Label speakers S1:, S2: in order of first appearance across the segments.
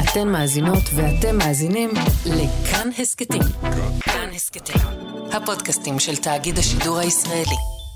S1: אתן מאזינות ואתם מאזינים לכאן הסקטים. כאן הסקטים, הפודקאסטים של תאגיד השידור הישראלי.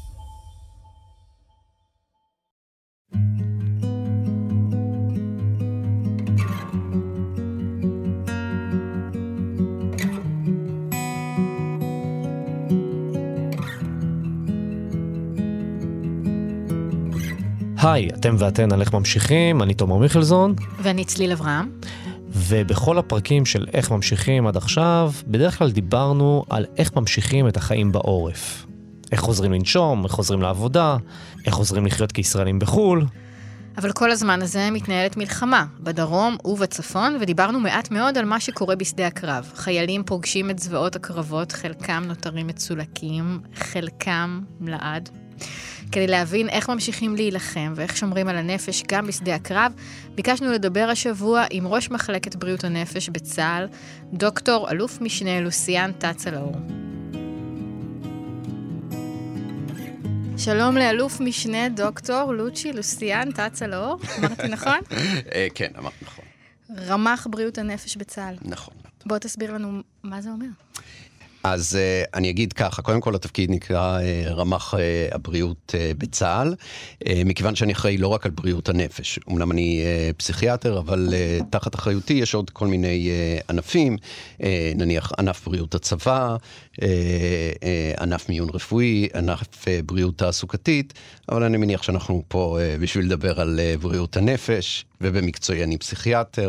S2: היי, אתם ואתן על איך ממשיכים, אני תומר מיכלזון.
S3: ואני צליל אברהם.
S2: ובכל הפרקים של איך ממשיכים עד עכשיו, בדרך כלל דיברנו על איך ממשיכים את החיים בעורף. איך חוזרים לנשום, איך חוזרים לעבודה, איך חוזרים לחיות כישראלים בחול.
S3: אבל כל הזמן הזה מתנהלת מלחמה, בדרום ובצפון, ודיברנו מעט מאוד על מה שקורה בשדה הקרב. חיילים פוגשים את זוועות הקרבות, חלקם נותרים מצולקים, חלקם לעד. כדי להבין איך ממשיכים להילחם ואיך שומרים על הנפש גם בשדה הקרב, ביקשנו לדבר השבוע עם ראש מחלקת בריאות הנפש בצה"ל, דוקטור אלוף משנה לוסיאן טצלאור. שלום לאלוף משנה דוקטור לוסיאן טצלאור, אמרתי נכון?
S4: כן, אמרת נכון.
S3: רמ"ח בריאות הנפש בצה"ל.
S4: נכון.
S3: בוא תסביר לנו מה זה אומר.
S4: אז אני אגיד ככה, קודם כל התפקיד נקרא רמ"ח הבריאות בצה"ל, מכיוון שאני אחראי לא רק על בריאות הנפש, אומנם אני פסיכיאטר, אבל תחת אחריותי יש עוד כל מיני ענפים, נניח ענף בריאות הצבא, ענף מיון רפואי, ענף בריאות תעסוקתית, אבל אני מניח שאנחנו פה בשביל לדבר על בריאות הנפש, ובמקצועי אני פסיכיאטר.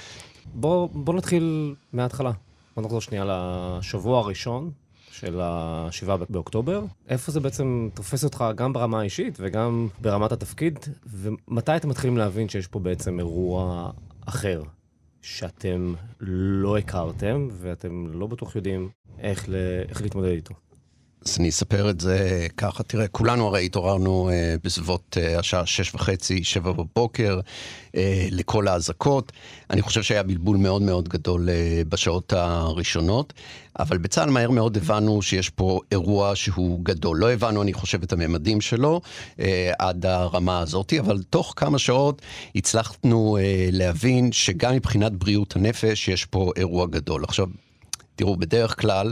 S2: בוא נתחיל מההתחלה. בוא נחזור שנייה לשבוע הראשון של ה7 באוקטובר. איפה זה בעצם תופס אותך גם ברמה האישית וגם ברמת התפקיד? ומתי אתם מתחילים להבין שיש פה בעצם אירוע אחר שאתם לא הכרתם ואתם לא בטוח יודעים איך להתמודד איתו?
S4: אז אני אספר את זה ככה, תראה, כולנו הרי התעוררנו בסביבות השעה 6:30, 7 בבוקר, לכל ההזקות. אני חושב שהיה בלבול מאוד מאוד גדול בשעות הראשונות, אבל בצה"ל מהר מאוד הבנו שיש פה אירוע שהוא גדול. לא הבנו, אני חושב, את הממדים שלו עד הרמה הזאת, אבל תוך כמה שעות הצלחנו להבין שגם מבחינת בריאות הנפש יש פה אירוע גדול. עכשיו, תראו, בדרך כלל,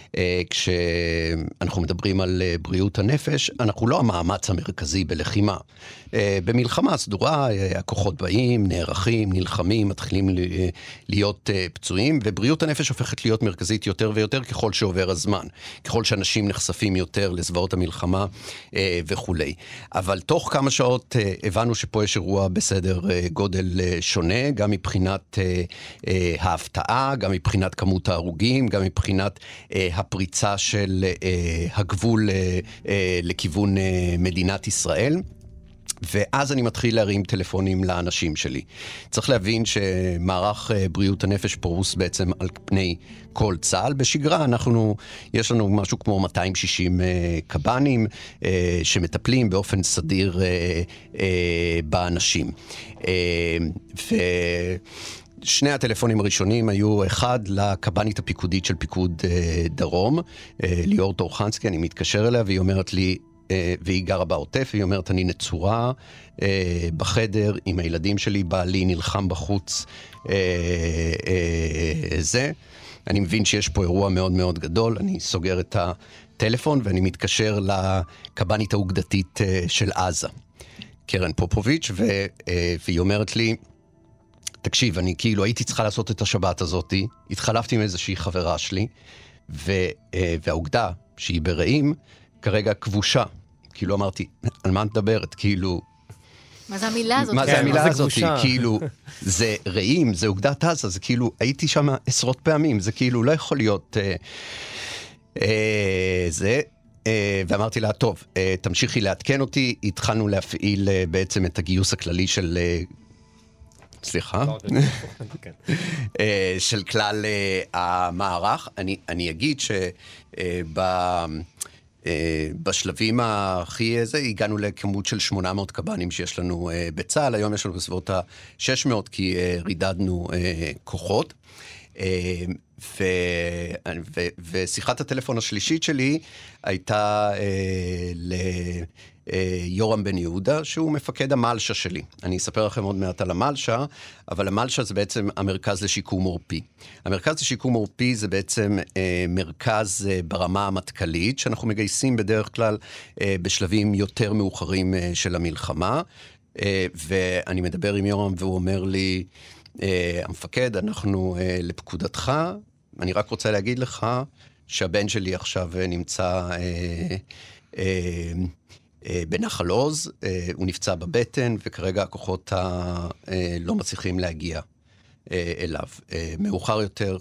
S4: כשאנחנו מדברים על בריאות הנפש, אנחנו לא המאמץ המרכזי בלחימה. במלחמה סדורה, הכוחות באים, נערכים, נלחמים, מתחילים להיות פצועים, ובריאות הנפש הופכת להיות מרכזית יותר ויותר ככל שעובר הזמן, ככל שאנשים נחשפים יותר לזוועות המלחמה וכו'. אבל תוך כמה שעות הבנו שפה יש אירוע בסדר גודל שונה, גם מבחינת ההפתעה, גם מבחינת כמות ההרוגים, גם מבחינת הפריצה של הגבול לכיוון מדינת ישראל. ואז אני מתחיל להרים טלפונים לאנשים שלי. צריך להבין שמערך בריאות הנפש פרוס בעצם על פני כל צה"ל. בשגרה יש לנו משהו כמו 260 קב"נים שמטפלים באופן סדיר באנשים. שני הטלפונים הראשונים היו אחד לקב"נית הפיקודית של פיקוד דרום, ליאור טורחנסקי, אני מתקשר אליה והיא אומרת לי, והיא גרה בעוטף, והיא אומרת, אני נצורה בחדר עם הילדים שלי, בעלי נלחם בחוץ, אני מבין שיש פה אירוע מאוד מאוד גדול, אני סוגר את הטלפון ואני מתקשר לקב"נית האוגדתית של עזה, קרן פופוביץ', והיא אומרת לי, תקשיב, אני כאילו הייתי צריכה לעשות את השבת הזאת, התחלפתי עם איזושהי חברה שלי, והאוגדה שהיא ברעים, כרגע כבושה. כאילו אמרתי, על מה מדברת? כאילו...
S3: מה זה המילה הזאת?
S4: מה זה המילה הזאת? כאילו, זה רעים, זה אוגדת עזה, זה כאילו, הייתי שם עשרות פעמים, זה כאילו לא יכול להיות... זה... ואמרתי לה, טוב, תמשיכי לעדכן אותי, התחלנו להפעיל בעצם את הגיוס הכללי של... סליחה? של כלל המערך. אני אגיד בשלבים הכי איזה, הגענו לכמות של 800 קב"נים שיש לנו בצה"ל, היום יש לנו בסביבות ה-600 כי רידדנו כוחות. ושיחת הטלפון השלישית שלי הייתה ליורם בן יהודה, שהוא מפקד המלשה שלי. אני אספר לכם עוד מעט על המלשה, אבל המלשה זה בעצם המרכז לשיקום עורפי. המרכז לשיקום עורפי זה בעצם מרכז ברמה המטכ"לית, שאנחנו מגייסים בדרך כלל בשלבים יותר מאוחרים של המלחמה, ואני מדבר עם יורם והוא אומר לי, המפקד, אנחנו לפקודתך, אני רק רוצה להגיד לך שהבן שלי עכשיו נמצא בנחל עוז, הוא נפצע בבטן, וכרגע הכוחות לא מצליחים להגיע אליו. מאוחר יותר,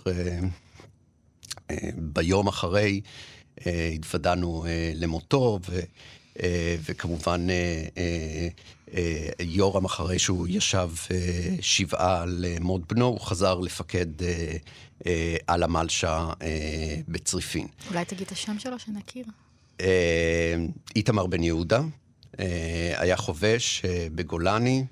S4: ביום אחרי, התוודענו למותו, וכמובן יורם אחרי שהוא ישב שבעה על מות בנו, הוא חזר לפקד על המלשה בצריפין.
S3: אולי תגיד את השם שלו שנכיר.
S4: איתמר בן יהודה, היה חובש בגולני.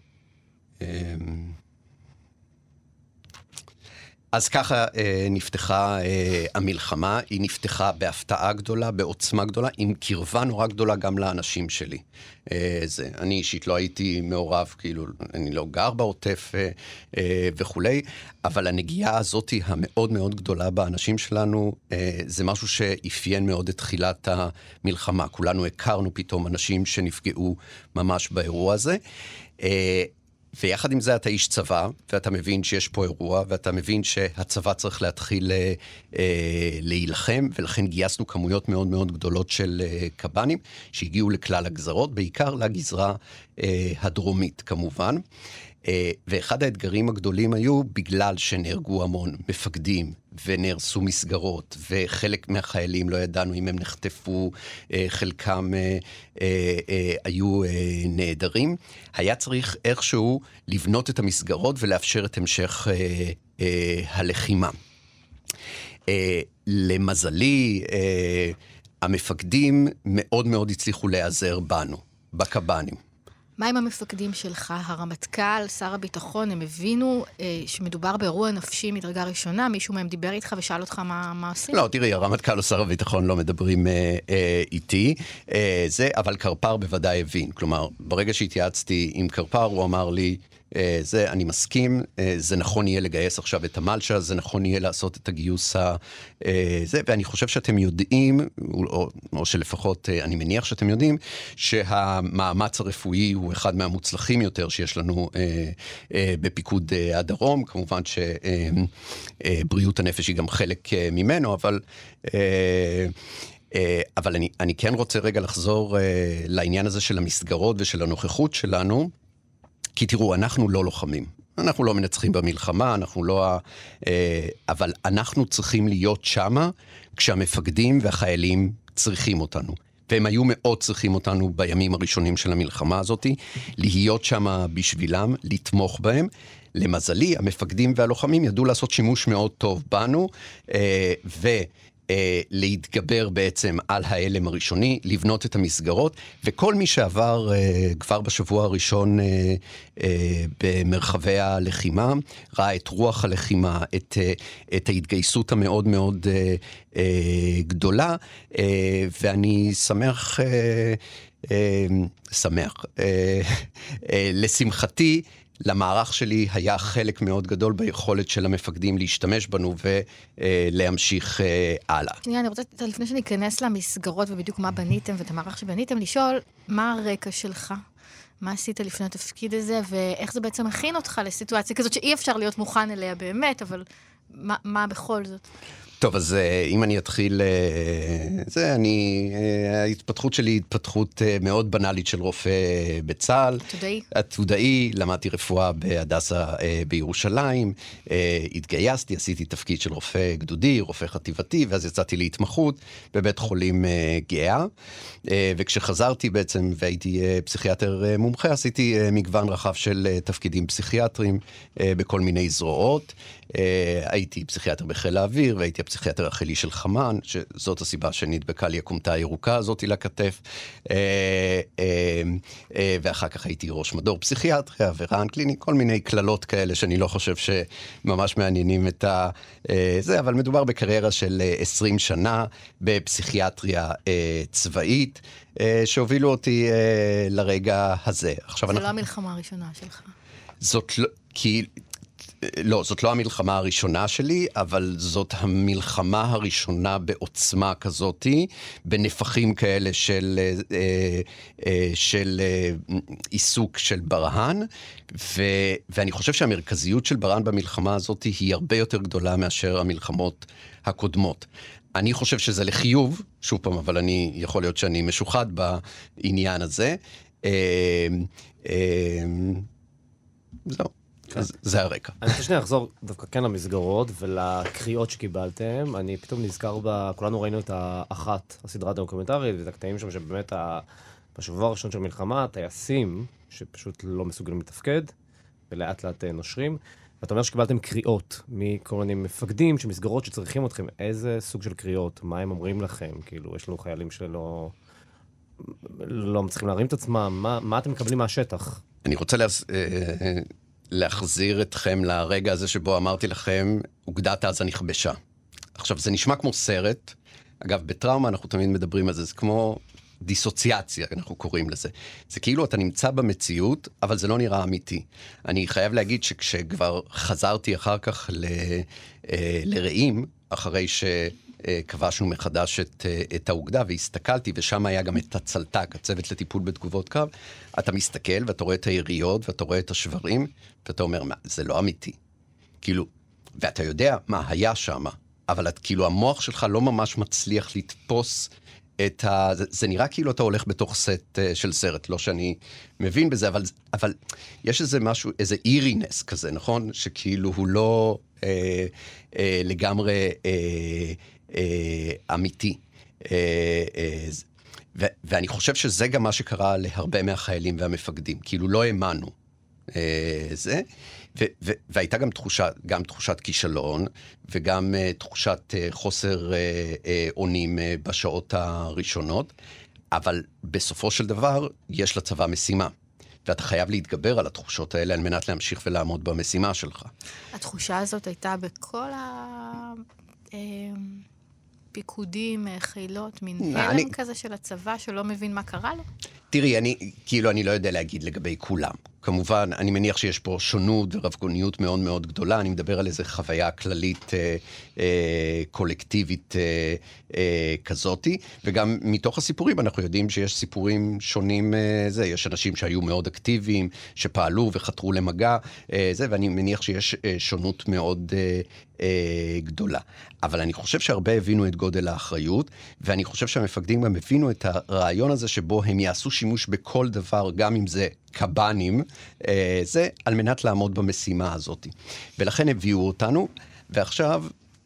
S4: אז ככה נפתחה המלחמה, היא נפתחה בהפתעה גדולה, בעוצמה גדולה, עם קרבה נורא גדולה גם לאנשים שלי. אני אישית לא הייתי מעורב, כאילו, אני לא גר בעוטף וכולי, אבל הנגיעה הזאת המאוד מאוד גדולה באנשים שלנו, זה משהו שאפיין מאוד את תחילת המלחמה. כולנו הכרנו פתאום אנשים שנפגעו ממש באירוע הזה. ויחד עם זה אתה איש צבא, ואתה מבין שיש פה אירוע, ואתה מבין שהצבא צריך להתחיל להילחם, ולכן גייסנו כמויות מאוד מאוד גדולות של קב"נים, שהגיעו לכלל הגזרות, בעיקר לגזרה הדרומית כמובן. ואחד האתגרים הגדולים היו, בגלל שנהרגו המון מפקדים, ונהרסו מסגרות, וחלק מהחיילים לא ידענו אם הם נחטפו, חלקם היו נהדרים, היה צריך איכשהו לבנות את המסגרות ולאפשר את המשך הלחימה. למזלי, המפקדים מאוד מאוד הצליחו להיעזר בנו, בקב"נים.
S3: מה עם המפקדים שלך? הרמטכ"ל, שר הביטחון, הם הבינו שמדובר באירוע נפשי מדרגה ראשונה? מישהו מהם דיבר איתך ושאל אותך מה עושים?
S4: לא, תראי, הרמטכ"ל או שר הביטחון לא מדברים איתי, אבל קרפ"ר בוודאי הבין. כלומר, ברגע שהתייעצתי עם קרפ"ר, הוא אמר לי, אני מסכים, זה נכון יהיה לגייס עכשיו את המלשה, זה נכון יהיה לעשות את הגיוס ואני חושב שאתם יודעים, או שלפחות אני מניח שאתם יודעים, שהמאמץ הרפואי הוא אחד מהמוצלחים יותר שיש לנו בפיקוד הדרום, כמובן שבריאות הנפש היא גם חלק ממנו, אבל אני כן רוצה רגע לחזור לעניין הזה של המסגרות ושל הנוכחות שלנו, כי תראו, אנחנו לא לוחמים. אנחנו לא מנצחים במלחמה, אבל אנחנו צריכים להיות שמה כשהמפקדים והחיילים צריכים אותנו. והם היו מאוד צריכים אותנו בימים הראשונים של המלחמה הזאת, להיות שמה בשבילם, לתמוך בהם. למזלי, המפקדים והלוחמים ידעו לעשות שימוש מאוד טוב בנו, להתגבר בעצם על ההלם הראשוני, לבנות את המסגרות, וכל מי שעבר כבר בשבוע הראשון במרחבי הלחימה, ראה את רוח הלחימה, את ההתגייסות המאוד מאוד גדולה, ואני שמח, לשמחתי, למערך שלי היה חלק מאוד גדול ביכולת של המפקדים להשתמש בנו ולהמשיך הלאה.
S3: שנייה, אני רוצה, לפני שניכנס למסגרות ובדיוק מה בניתם ואת המערך שבניתם, לשאול מה הרקע שלך? מה עשית לפני התפקיד הזה, ואיך זה בעצם מכין אותך לסיטואציה כזאת שאי אפשר להיות מוכן אליה באמת, אבל מה בכל זאת?
S4: טוב, אז אם אני אתחיל, ההתפתחות שלי היא התפתחות מאוד בנאלית של רופא בצה"ל. עתודאי, למדתי רפואה בהדסה בירושלים, התגייסתי, עשיתי תפקיד של רופא גדודי, רופא חטיבתי, ואז יצאתי להתמחות בבית חולים גאה, וכשחזרתי בעצם והייתי פסיכיאטר מומחה, עשיתי מגוון רחב של תפקידים פסיכיאטריים בכל מיני זרועות, הייתי פסיכיאטר בחיל האוויר, והייתי הפסיכיאטר החלי של חמן, שזאת הסיבה שנדבקה לי הקומתה הירוקה הזאת לכתף, ואחר כך הייתי ראש מדור פסיכיאטריה ורען קליני, כל מיני כללות כאלה שאני לא חושב שממש מעניינים את זה, אבל מדובר בקריירה של 20 שנה בפסיכיאטריה צבאית, שהובילו אותי לרגע הזה.
S3: זה לא המלחמה הראשונה שלך.
S4: זאת לא המלחמה הראשונה שלי, אבל זאת המלחמה הראשונה בעוצמה כזאתי, בנפחים כאלה של עיסוק של ברהן, ואני חושב שהמרכזיות של ברהן במלחמה הזאת היא הרבה יותר גדולה מאשר המלחמות הקודמות. אני חושב שזה לחיוב, שוב פעם, אבל יכול להיות שאני משוחד בעניין הזה. זהו. זה הרקע.
S2: אני רוצה שנייה לחזור דווקא כן למסגרות ולקריאות שקיבלתם. אני פתאום נזכר כולנו ראינו את האחת, הסדרה הדוקומנטרית, ואת הקטעים שם שבאמת בשבוע הראשון של מלחמה, טייסים שפשוט לא מסוגלים לתפקד, ולאט לאט נושרים. ואתה אומר שקיבלתם קריאות מכל מיני מפקדים, שמסגרות שצריכים אתכם. איזה סוג של קריאות? מה הם אומרים לכם? כאילו, יש לנו חיילים שלא מצליחים להרים את עצמם. מה אתם מקבלים מהשטח?
S4: אני רוצה להחזיר אתכם לרגע הזה שבו אמרתי לכם, אוגדת עזה נכבשה. עכשיו, זה נשמע כמו סרט. אגב, בטראומה אנחנו תמיד מדברים על זה. זה כמו דיסוציאציה, אנחנו קוראים לזה. זה כאילו אתה נמצא במציאות, אבל זה לא נראה אמיתי. אני חייב להגיד שכשכבר חזרתי אחר כך לרעים, אחרי שכבשנו מחדש את האוגדה, והסתכלתי, ושם היה גם את הצלטק, הצוות לטיפול בתגובות קרב, אתה מסתכל ואתה רואה את היריות, ואתה רואה את השברים, ואתה אומר, מה, זה לא אמיתי. כאילו, ואתה יודע מה היה שם, אבל כאילו המוח שלך לא ממש מצליח לתפוס זה נראה כאילו אתה הולך בתוך סט של סרט, לא שאני מבין בזה, אבל יש איזה משהו, איזה אירינס כזה, נכון? שכאילו הוא לא לגמרי אמיתי. ואני חושב שזה גם מה שקרה להרבה מהחיילים והמפקדים, כאילו לא האמנו זה, והייתה גם תחושת כישלון, וגם תחושת חוסר אונים בשעות הראשונות, אבל בסופו של דבר יש לצבא משימה, ואתה חייב להתגבר על התחושות האלה על מנת להמשיך ולעמוד במשימה שלך.
S3: התחושה הזאת הייתה בכל הפיקודים, חילות, מין הלם כזה של הצבא שלא מבין מה קרה לו?
S4: תראי, אני לא יודע להגיד לגבי כולם. כמובן, אני מניח שיש פה שונות ורבגוניות מאוד מאוד גדולה. אני מדבר על איזו חוויה כללית, קולקטיבית כזאתי. וגם מתוך הסיפורים אנחנו יודעים שיש סיפורים שונים. יש אנשים שהיו מאוד אקטיביים, שפעלו וחתרו למגע. ואני מניח שיש שונות מאוד גדולה. אבל אני חושב שהרבה הבינו את גודל האחריות, ואני חושב שהמפקדים גם הבינו את הרעיון הזה שבו הם יעשו שימוש בכל דבר, גם אם זה קבנים, זה על מנת לעמוד במשימה הזאת. ולכן הביאו אותנו, ועכשיו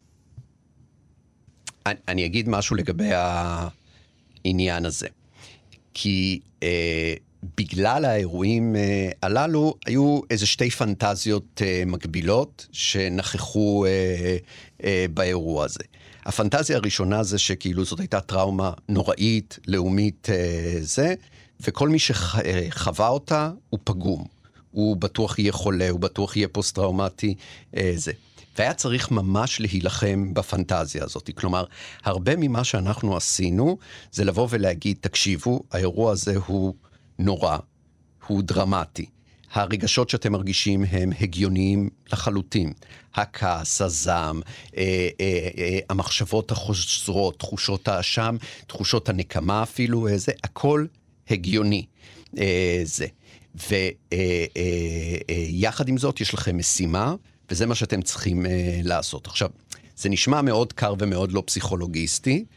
S4: אני אגיד משהו לגבי העניין הזה. כי בגלל האירועים הללו, היו איזה שתי פנטזיות מקבילות שנכחו באירוע הזה. הפנטזיה הראשונה זה שכאילו זאת הייתה טראומה נוראית, לאומית זה, וכל מי שחווה אותה הוא פגום. הוא בטוח יהיה חולה, הוא בטוח יהיה פוסט-טראומטי, זה. והיה צריך ממש להילחם בפנטזיה הזאת. כלומר, הרבה ממה שאנחנו עשינו, זה לבוא ולהגיד, תקשיבו, האירוע הזה הוא נורא, הוא דרמטי. הרגשות שאתם מרגישים הם הגיוניים לחלוטין. הכעס, הזעם, המחשבות החוזרות, תחושות האשם, תחושות הנקמה אפילו, זה הכל הגיוני. זה. ויחד עם זאת יש לכם משימה, וזה מה שאתם צריכים לעשות. עכשיו, זה נשמע מאוד קר ומאוד לא פסיכולוגיסטי,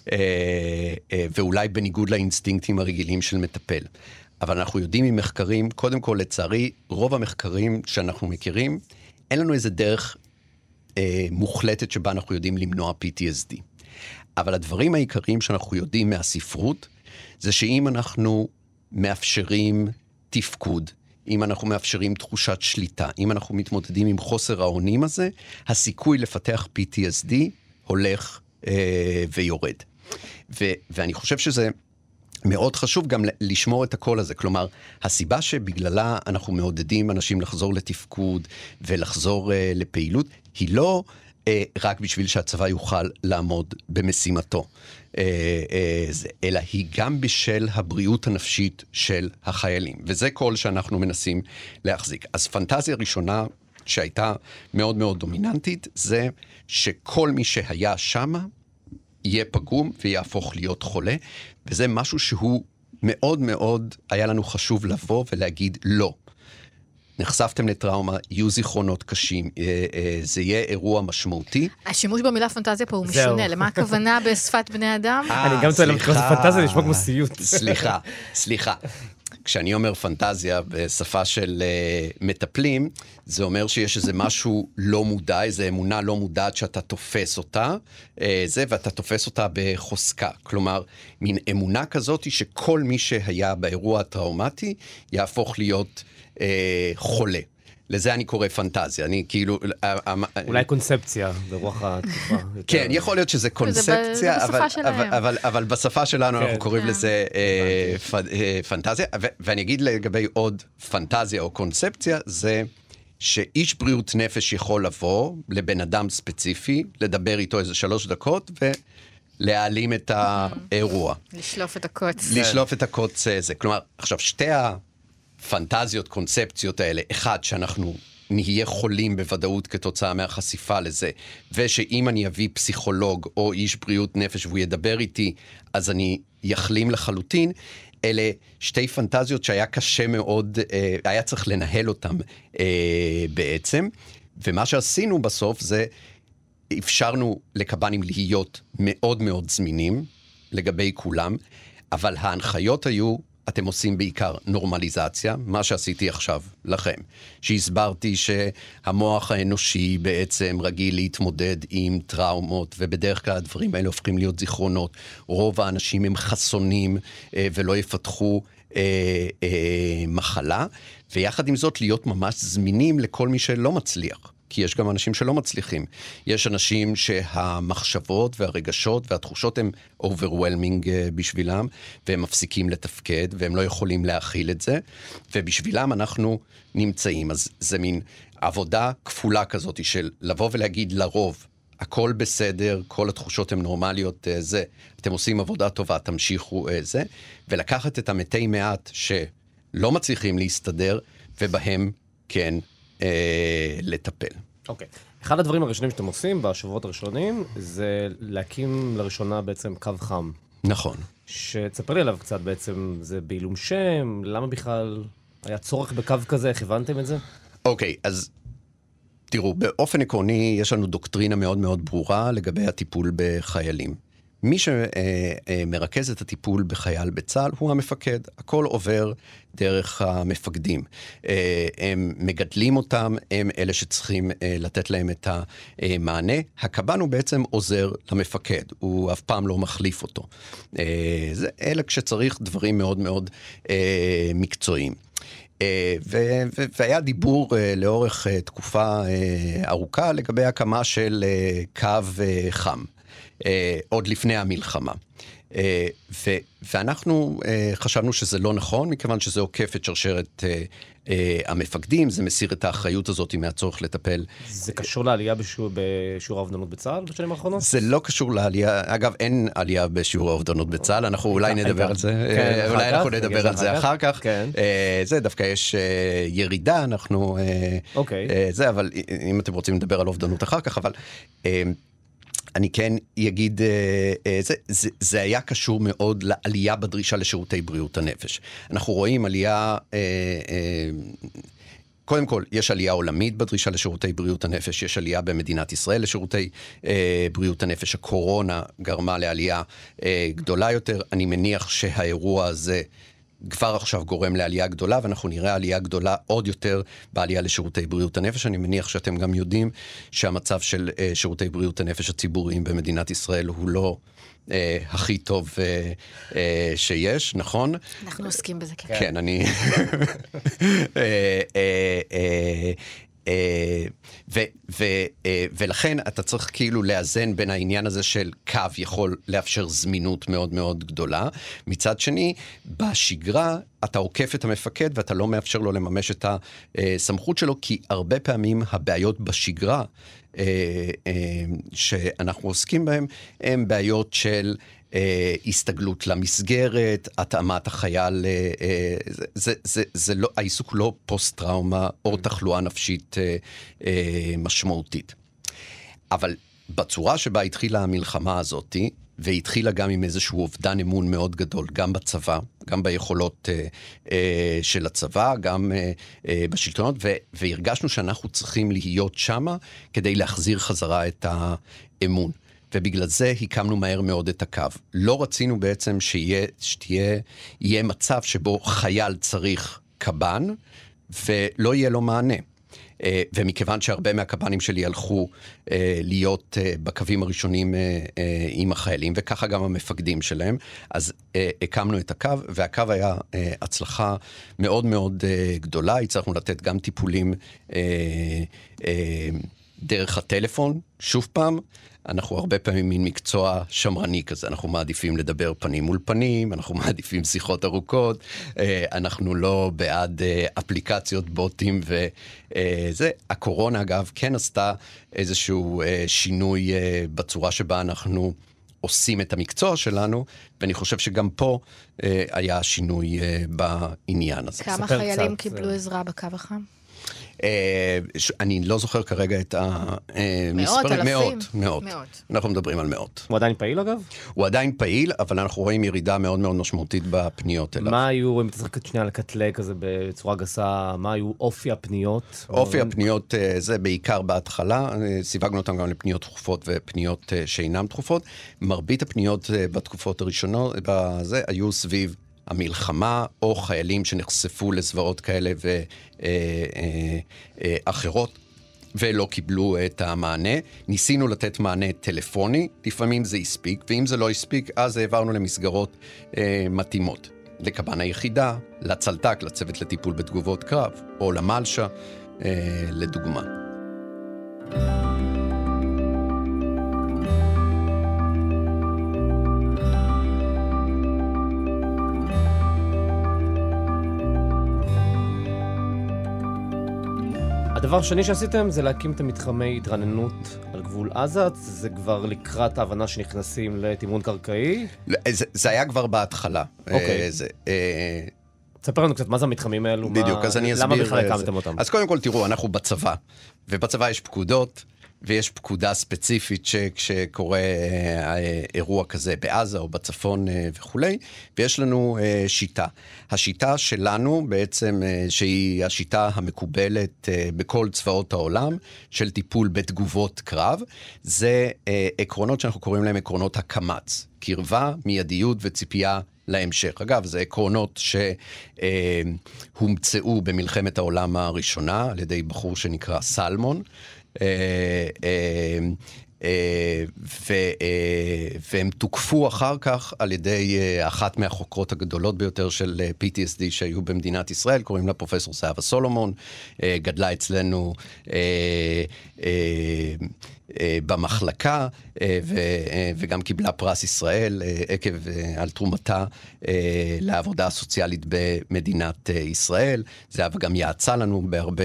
S4: ואולי בניגוד לאינסטינקטים הרגילים של מטפל. אבל אנחנו יודעים ממחקרים, קודם כל לצערי, רוב המחקרים שאנחנו מכירים, אין לנו איזה דרך מוחלטת שבה אנחנו יודעים למנוע PTSD. אבל הדברים העיקריים שאנחנו יודעים מהספרות, זה שאם אנחנו מאפשרים תפקוד, אם אנחנו מאפשרים תחושת שליטה, אם אנחנו מתמודדים עם חוסר האונים הזה, הסיכוי לפתח PTSD הולך ויורד. ואני חושב שזה מאוד חשוב גם לשמור את הקול הזה. כלומר, הסיבה שבגללה אנחנו מעודדים אנשים לחזור לתפקוד ולחזור לפעילות, היא לא רק בשביל שהצבא יוכל לעמוד במשימתו, אלא היא גם בשל הבריאות הנפשית של החיילים. וזה כל שאנחנו מנסים להחזיק. אז פנטזיה ראשונה שהייתה מאוד מאוד דומיננטית, זה שכל מי שהיה שמה, יהיה פגום ויהפוך להיות חולה, וזה משהו שהוא מאוד מאוד היה לנו חשוב לבוא ולהגיד לא. נחשפתם לטראומה, יהיו זיכרונות קשים, זה יהיה אירוע משמעותי.
S3: השימוש במילה פנטזיה פה הוא משונה, למה הכוונה בשפת בני אדם?
S2: אני גם טוען לקרוא לזה פנטזיה, לשמוע כמו סיוט.
S4: סליחה. כשאני אומר פנטזיה בשפה של מטפלים, זה אומר שיש איזה משהו לא מודע, איזו אמונה לא מודעת שאתה תופס אותה, ואתה תופס אותה בחוסקה. כלומר, מין אמונה כזאת שכל מי שהיה באירוע הטראומטי יהפוך להיות חולה. לזה אני קורא פנטזיה, אני כאילו...
S2: אולי קונספציה ברוח התקופה.
S4: כן, יכול להיות שזה קונספציה, אבל בשפה שלנו אנחנו קוראים לזה פנטזיה, ואני אגיד לגבי עוד פנטזיה או קונספציה, זה שאיש בריאות נפש יכול לבוא לבן אדם ספציפי, לדבר איתו איזה 3 דקות, ולהעלים את האירוע.
S3: לשלוף את הקוץ.
S4: לשלוף את הקוץ הזה. כלומר, עכשיו שתי פנטזיות, קונספציות האלה, אחד, שאנחנו נהיה חולים בוודאות כתוצאה מהחשיפה לזה, ושאם אני אביא פסיכולוג או איש בריאות נפש והוא ידבר איתי, אז אני יחלים לחלוטין, אלה שתי פנטזיות שהיה קשה מאוד, היה צריך לנהל אותם בעצם, ומה שעשינו בסוף זה, אפשרנו לקב"נים להיות מאוד מאוד זמינים לגבי כולם, אבל ההנחיות היו, אתם עושים בעיקר נורמליזציה, מה שעשיתי עכשיו לכם, שהסברתי שהמוח האנושי בעצם רגיל להתמודד עם טראומות, ובדרך כלל הדברים האלה הופכים להיות זיכרונות. רוב האנשים הם חסונים ולא יפתחו מחלה, ויחד עם זאת להיות ממש זמינים לכל מי שלא מצליח. כי יש גם אנשים שלא מצליחים. יש אנשים שהמחשבות והרגשות והתחושות הם overwhelming בשבילם, והם מפסיקים לתפקד, והם לא יכולים להכיל את זה, ובשבילם אנחנו נמצאים. אז זה מין עבודה כפולה כזאת של לבוא ולהגיד לרוב, הכל בסדר, כל התחושות הן נורמליות, זה, אתם עושים עבודה טובה, תמשיכו זה, ולקחת את המתי מעט שלא מצליחים להסתדר, ובהם כן לטפל.
S2: אוקיי. אחד הדברים הראשונים שאתם עושים בשבועות הראשונים, זה להקים לראשונה בעצם קו חם.
S4: נכון.
S2: שתספר לי עליו קצת בעצם, זה בעילום שם, למה בכלל היה צורך בקו כזה, איך הבנתם את זה?
S4: אוקיי, אז תראו, באופן עקרוני יש לנו דוקטרינה מאוד מאוד ברורה לגבי הטיפול בחיילים. מי שמרכז את הטיפול בחייל בצה"ל הוא המפקד. הכל עובר דרך המפקדים. הם מגדלים אותם, הם אלה שצריכים לתת להם את המענה. הקב"ן הוא בעצם עוזר למפקד, הוא אף פעם לא מחליף אותו. אלה כשצריך דברים מאוד מאוד מקצועיים. והיה דיבור לאורך תקופה ארוכה לגבי הקמה של קו חם. עוד לפני המלחמה. ואנחנו חשבנו שזה לא נכון, מכיוון שזה עוקף את שרשרת המפקדים, זה מסיר את האחריות הזאת מהצורך לטפל.
S2: זה קשור לעלייה בשיעור האובדנות בצה"ל בשנים האחרונות?
S4: זה לא קשור לעלייה, אגב אין עלייה בשיעור האובדנות בצה"ל, אנחנו אולי נדבר על זה, אולי אנחנו נדבר על זה אחר כך. זה דווקא יש ירידה, אנחנו, זה, אבל אם אתם רוצים לדבר על אובדנות אחר כך, אבל אני כן אגיד, זה היה קשור מאוד לעלייה בדרישה לשירותי בריאות הנפש. אנחנו רואים עלייה, קודם כל, יש עלייה עולמית בדרישה לשירותי בריאות הנפש, יש עלייה במדינת ישראל לשירותי בריאות הנפש. הקורונה גרמה לעלייה גדולה יותר. אני מניח שהאירוע הזה כבר עכשיו גורם לעלייה גדולה, ואנחנו נראה עלייה גדולה עוד יותר בעלייה לשירותי בריאות הנפש. אני מניח שאתם גם יודעים שהמצב של שירותי בריאות הנפש הציבוריים במדינת ישראל הוא לא הכי טוב שיש, נכון?
S3: אנחנו עוסקים בזה.
S4: כן, אני... ולכן אתה צריך כאילו לאזן בין העניין הזה של קו יכול לאפשר זמינות מאוד מאוד גדולה. מצד שני, בשגרה אתה עוקף את המפקד ואתה לא מאפשר לו לממש את הסמכות שלו, כי הרבה פעמים הבעיות בשגרה שאנחנו עוסקים בהם, הם בעיות של הסתגלות למסגרת, התאמת החייל, זה לא, העיסוק לא פוסט-טראומה או תחלואה נפשית משמעותית. אבל בצורה שבה התחילה המלחמה הזאת, והתחילה גם עם איזשהו אובדן אמון מאוד גדול, גם בצבא, גם ביכולות של הצבא, גם בשלטונות, והרגשנו שאנחנו צריכים להיות שמה כדי להחזיר חזרה את האמון. ובגלל זה הקמנו מהר מאוד את הקו. לא רצינו בעצם שיהיה מצב שבו חייל צריך קב"ן, ולא יהיה לו מענה. ומכיוון שהרבה מהקב"נים שלי הלכו להיות בקווים הראשונים עם החיילים, וככה גם המפקדים שלהם, אז הקמנו את הקו, והקו היה הצלחה מאוד מאוד גדולה. הצלחנו לתת גם טיפולים דרך הטלפון, שוב פעם, אנחנו הרבה פעמים מין מקצוע שמרני כזה, אנחנו מעדיפים לדבר פנים מול פנים, אנחנו מעדיפים שיחות ארוכות, אנחנו לא בעד אפליקציות, בוטים וזה. הקורונה אגב כן עשתה איזשהו שינוי בצורה שבה אנחנו עושים את המקצוע שלנו, ואני חושב שגם פה היה שינוי בעניין הזה.
S3: כמה חיילים קיבלו עזרה בקו החם?
S4: אני לא זוכר כרגע את המספרים. מאות. אנחנו מדברים על מאות.
S2: הוא עדיין פעיל אגב?
S4: הוא עדיין פעיל, אבל אנחנו רואים ירידה מאוד מאוד משמעותית בפניות אליו.
S2: מה היו, אם צריך שנייה לקטלג כזה בצורה גסה, מה היו אופי הפניות?
S4: אופי הפניות זה בעיקר בהתחלה, סיווגנו אותם גם לפניות דחופות ופניות שאינן דחופות. מרבית הפניות בתקופות הראשונות בזה היו סביב המלחמה, או חיילים שנחשפו לזוועות כאלה ואחרות, ולא קיבלו את המענה. ניסינו לתת מענה טלפוני, לפעמים זה הספיק, ואם זה לא הספיק, אז העברנו למסגרות מתאימות. לקב"ן היחידה, לצלתק, לצוות לטיפול בתגובות קרב, או למלשה, לדוגמה.
S2: הדבר השני שעשיתם זה להקים את המתחמי התרעננות על גבול עזה, זה כבר לקראת ההבנה שנכנסים לתמרון קרקעי?
S4: זה היה כבר בהתחלה.
S2: אוקיי. תספר לנו קצת מה זה המתחמים האלו,
S4: בדיוק, אז אני אסביר.
S2: למה בכלל הקמתם אותם?
S4: אז קודם כל תראו, אנחנו בצבא, ובצבא יש פקודות, ויש פקודה ספציפית שכשקורה אירוע כזה בעזה או בצפון וכולי, ויש לנו שיטה. השיטה שלנו בעצם, שהיא השיטה המקובלת בכל צבאות העולם, של טיפול בתגובות קרב, זה עקרונות שאנחנו קוראים להם עקרונות הקמ"ץ, קרבה, מיידיות וציפייה להמשך. אגב, זה עקרונות שהומצאו במלחמת העולם הראשונה, על ידי בחור שנקרא סלמון, והם תוקפו אחר כך על ידי אחת מהחוקרות הגדולות ביותר של PTSD שהיו במדינת ישראל, קוראים לה פרופסור זהבה סולומון, גדלה אצלנו במחלקה, וגם קיבלה פרס ישראל עקב על תרומתה לעבודה הסוציאלית במדינת ישראל. זהבה גם יעצה לנו בהרבה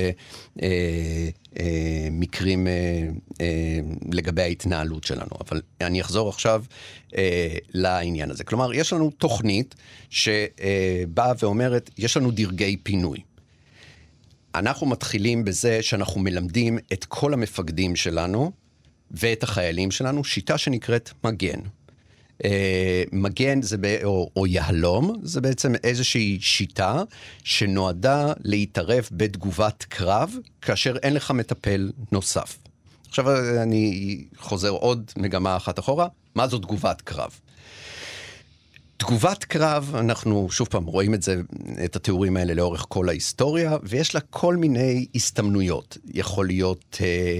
S4: מקרים לגבי ההתנהלות שלנו. אבל אני אחזור עכשיו לעניין הזה. כלומר, יש לנו תוכנית שבאה ואומרת, יש לנו דרגי פינוי. אנחנו מתחילים בזה שאנחנו מלמדים את כל המפקדים שלנו ואת החיילים שלנו שיטה שנקראת מגן. מגן זה או יהלום, זה בעצם איזושהי שיטה שנועדה להתערב בתגובת קרב כאשר אין לך מטפל נוסף. עכשיו אני חוזר עוד מגמה אחת אחורה, מה זו תגובת קרב? תגובת קרב, אנחנו שוב פעם רואים את התיאורים האלה לאורך כל ההיסטוריה, ויש לה כל מיני הסתמנויות. יכול להיות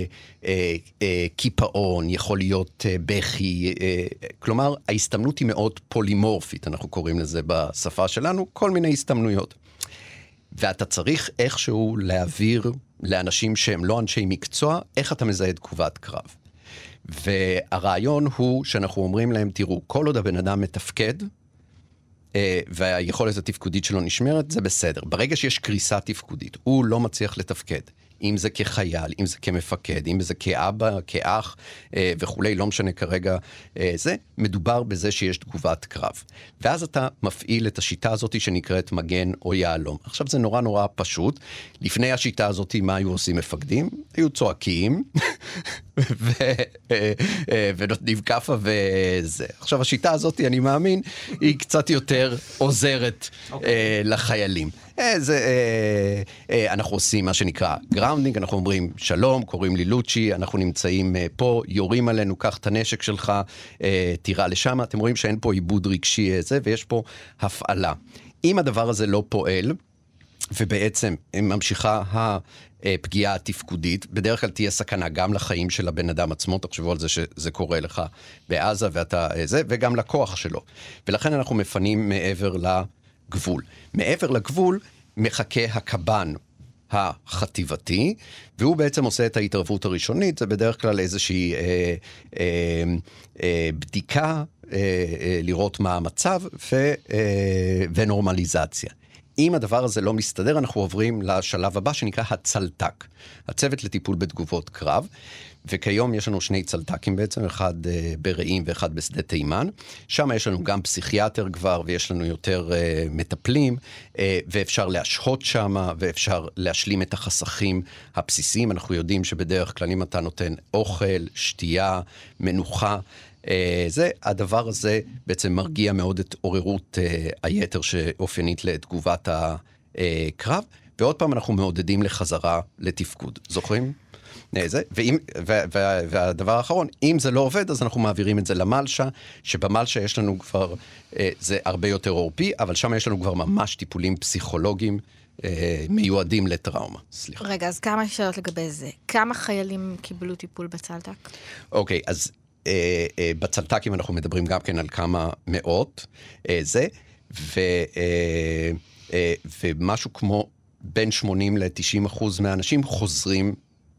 S4: קיפאון, יכול להיות בכי, כלומר, ההסתמנות היא מאוד פולימורפית, אנחנו קוראים לזה בשפה שלנו, כל מיני הסתמנויות. ואתה צריך איכשהו להעביר לאנשים שהם לא אנשי מקצוע, איך אתה מזהה תגובת קרב. והרעיון הוא שאנחנו אומרים להם, תראו, כל עוד הבן אדם מתפקד, והיכולת התפקודית שלו נשמרת, זה בסדר. ברגע שיש קריסה תפקודית, הוא לא מצליח לתפקד. אם זה כחייל, אם זה כמפקד, אם זה כאבא, כאח וכולי, לא משנה כרגע זה, מדובר בזה שיש תגובת קרב. ואז אתה מפעיל את השיטה הזאת שנקראת מגן או יעלום. עכשיו זה נורא נורא פשוט. לפני השיטה הזאת, מה היו עושים מפקדים? היו צועקים, ונותנים כפה וזה. עכשיו השיטה הזאת, אני מאמין, היא קצת יותר עוזרת לחיילים. אנחנו עושים מה שנקרא גראונדינג, אנחנו אומרים שלום, קוראים לי לוצ'י, אנחנו נמצאים פה, יורים עלינו, קח את הנשק שלך, תירה לשם, אתם רואים שאין פה עיבוד רגשי איזה, ויש פה הפעלה. אם הדבר הזה לא פועל, ובעצם ממשיכה הפגיעה התפקודית, בדרך כלל תהיה סכנה גם לחיים של הבן אדם עצמו, תחשבו על זה שזה קורה לך בעזה, וגם לכוח שלו. ולכן אנחנו מפנים מעבר לגבול. מעבר לגבול מחכה הקב"ן החטיבתי, והוא בעצם עושה את ההתערבות הראשונית, זה בדרך כלל איזושהי בדיקה, לראות מה המצב, ונורמליזציה. אם הדבר הזה לא מסתדר, אנחנו עוברים לשלב הבא שנקרא הצלטק, הצוות לטיפול בתגובות קרב, וכיום יש לנו שני צלטקים בעצם, אחד ברעים ואחד בשדה תימן, שם יש לנו גם פסיכיאטר כבר, ויש לנו יותר מטפלים, ואפשר להשהות שם, ואפשר להשלים את החסכים הבסיסיים, אנחנו יודעים שבדרך כלל אם אתה נותן אוכל, שתייה, מנוחה, הדבר הזה בעצם מרגיע מאוד את עוררות היתר שאופיינית לתגובת הקרב, ועוד פעם אנחנו מעודדים לחזרה לתפקוד. זוכרים? והדבר האחרון, אם זה לא עובד, אז אנחנו מעבירים את זה למלשה, שבמלשה יש לנו כבר, זה הרבה יותר עורפי, אבל שם יש לנו כבר ממש טיפולים פסיכולוגיים מיועדים לטראומה. סליחה.
S3: רגע, אז כמה שאלות לגבי זה? כמה חיילים קיבלו טיפול בצלטק?
S4: אוקיי, אז בצלטקים אנחנו מדברים גם כן על כמה מאות, ומשהו כמו בין 80 ל-90% מהאנשים חוזרים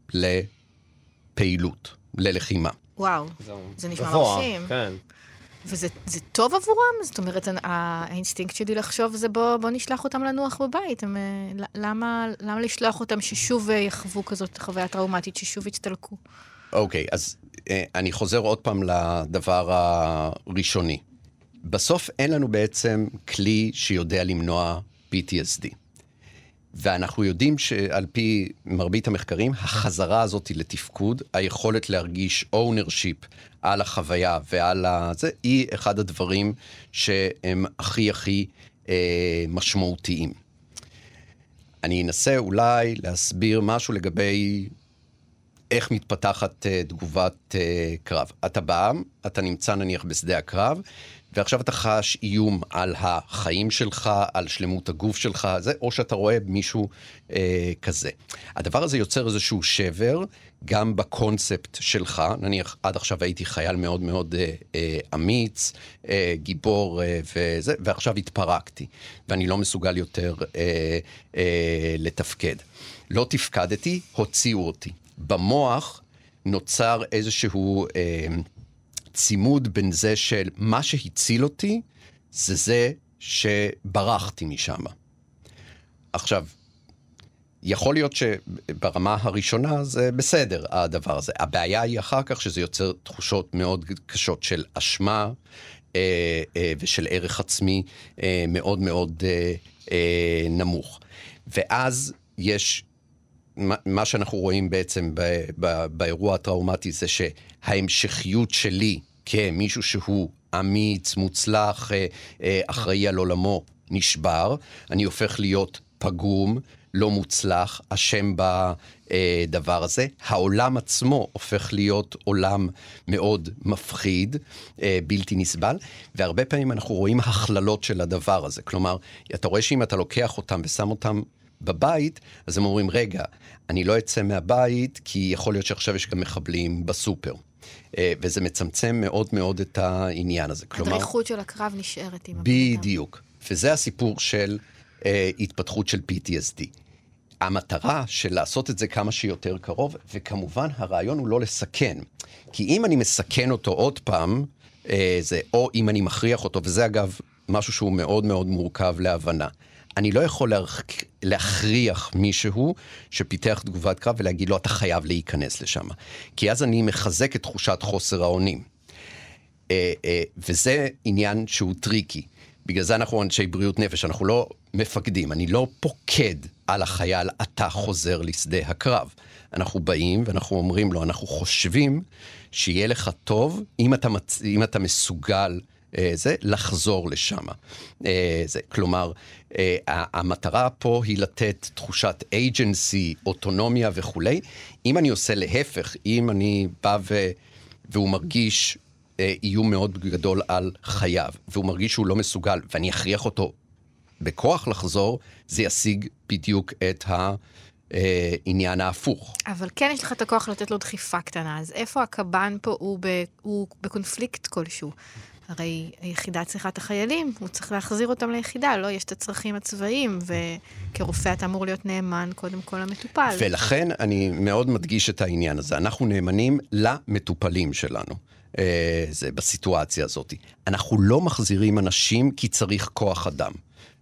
S4: לפעילות, ללחימה.
S3: וואו, זה נשמע מרשים.
S2: כן.
S3: וזה טוב עבורם? זאת אומרת, האינסטינקט שלי לחשוב זה בוא נשלח אותם לנוח בבית. למה לשלוח אותם ששוב יחוו כזאת חוויה טראומטית, ששוב יצטלקו?
S4: אוקיי, אז אני חוזר עוד פעם לדבר הראשוני. בסוף אין לנו בעצם כלי שיודע למנוע PTSD. ואנחנו יודעים שעל פי מרבית המחקרים, החזרה הזאת לתפקוד, היכולת להרגיש ownership על החוויה ועל זה, היא אחד הדברים שהם הכי משמעותיים. אני אנסה אולי להסביר משהו לגבי איך מתפתחת תגובת קרב. אתה בא, אתה נמצא נניח בשדה הקרב, ועכשיו אתה חש איום על החיים שלך, על שלמות הגוף שלך, זה, או שאתה רואה מישהו כזה. הדבר הזה יוצר איזשהו שבר, גם בקונספט שלך, נניח עד עכשיו הייתי חייל מאוד מאוד אמיץ, גיבור וזה, ועכשיו התפרקתי, ואני לא מסוגל יותר לתפקד. לא תפקדתי, הוציאו אותי. במוח נוצר איזשהו צימוד בין זה של מה שהציל אותי, זה שברחתי משם. עכשיו, יכול להיות שברמה הראשונה זה בסדר, הדבר הזה. הבעיה היא אחר כך שזה יוצר תחושות מאוד קשות של אשמה ושל ערך עצמי מאוד מאוד נמוך. ואז יש מה שאנחנו רואים בעצם באירוע הטראומטי זה שההמשכיות שלי כמישהו שהוא אמיץ, מוצלח, אחראי על עולמו, נשבר. אני הופך להיות פגום, לא מוצלח, אשם בדבר הזה. העולם עצמו הופך להיות עולם מאוד מפחיד, בלתי נסבל, והרבה פעמים אנחנו רואים הכללות של הדבר הזה. כלומר, אתה רואה שאם אתה לוקח אותם ושם אותם בבית, אז הם אומרים, רגע, אני לא אצא מהבית, כי יכול להיות שעכשיו יש גם מחבלים בסופר. וזה מצמצם מאוד מאוד את העניין הזה.
S3: הדריכות של הקרב נשארת עם
S4: בדיוק. וזה הסיפור של התפתחות של PTSD. המטרה של לעשות את זה כמה שיותר קרוב, וכמובן הרעיון הוא לא לסכן. כי אם אני מסכן אותו עוד פעם, או אם אני מכריח אותו, וזה אגב משהו שהוא מאוד מאוד מורכב להבנה. אני לא יכול להכריח מישהו שפיתח תגובת קרב ולהגיד לו, אתה חייב להיכנס לשם. כי אז אני מחזק את תחושת חוסר האונים. וזה עניין שהוא טריקי. בגלל זה אנחנו אנשי בריאות נפש, אנחנו לא מפקדים. אני לא פוקד על החייל, אתה חוזר לשדה הקרב. אנחנו באים ואנחנו אומרים לו, אנחנו חושבים שיהיה לך טוב אם אתה מסוגל לחזור לשם. כלומר, המטרה פה היא לתת תחושת agency, אוטונומיה וכולי. אם אני עושה להפך, אם אני בא והוא מרגיש איום מאוד גדול על חייו, והוא מרגיש שהוא לא מסוגל, ואני אכריח אותו בכוח לחזור, זה ישיג בדיוק את העניין ההפוך.
S3: אבל כן יש לך את הכוח לתת לו דחיפה קטנה, אז איפה הקב"ן פה הוא בקונפליקט כלשהו? הרי היחידה צריכה את החיילים, הוא צריך להחזיר אותם ליחידה, לא? יש את הצרכים הצבאיים, וכרופא אתה אמור להיות נאמן קודם כל למטופל.
S4: ולכן אני מאוד מדגיש את העניין הזה. אנחנו נאמנים למטופלים שלנו. זה בסיטואציה הזאת. אנחנו לא מחזירים אנשים כי צריך כוח אדם.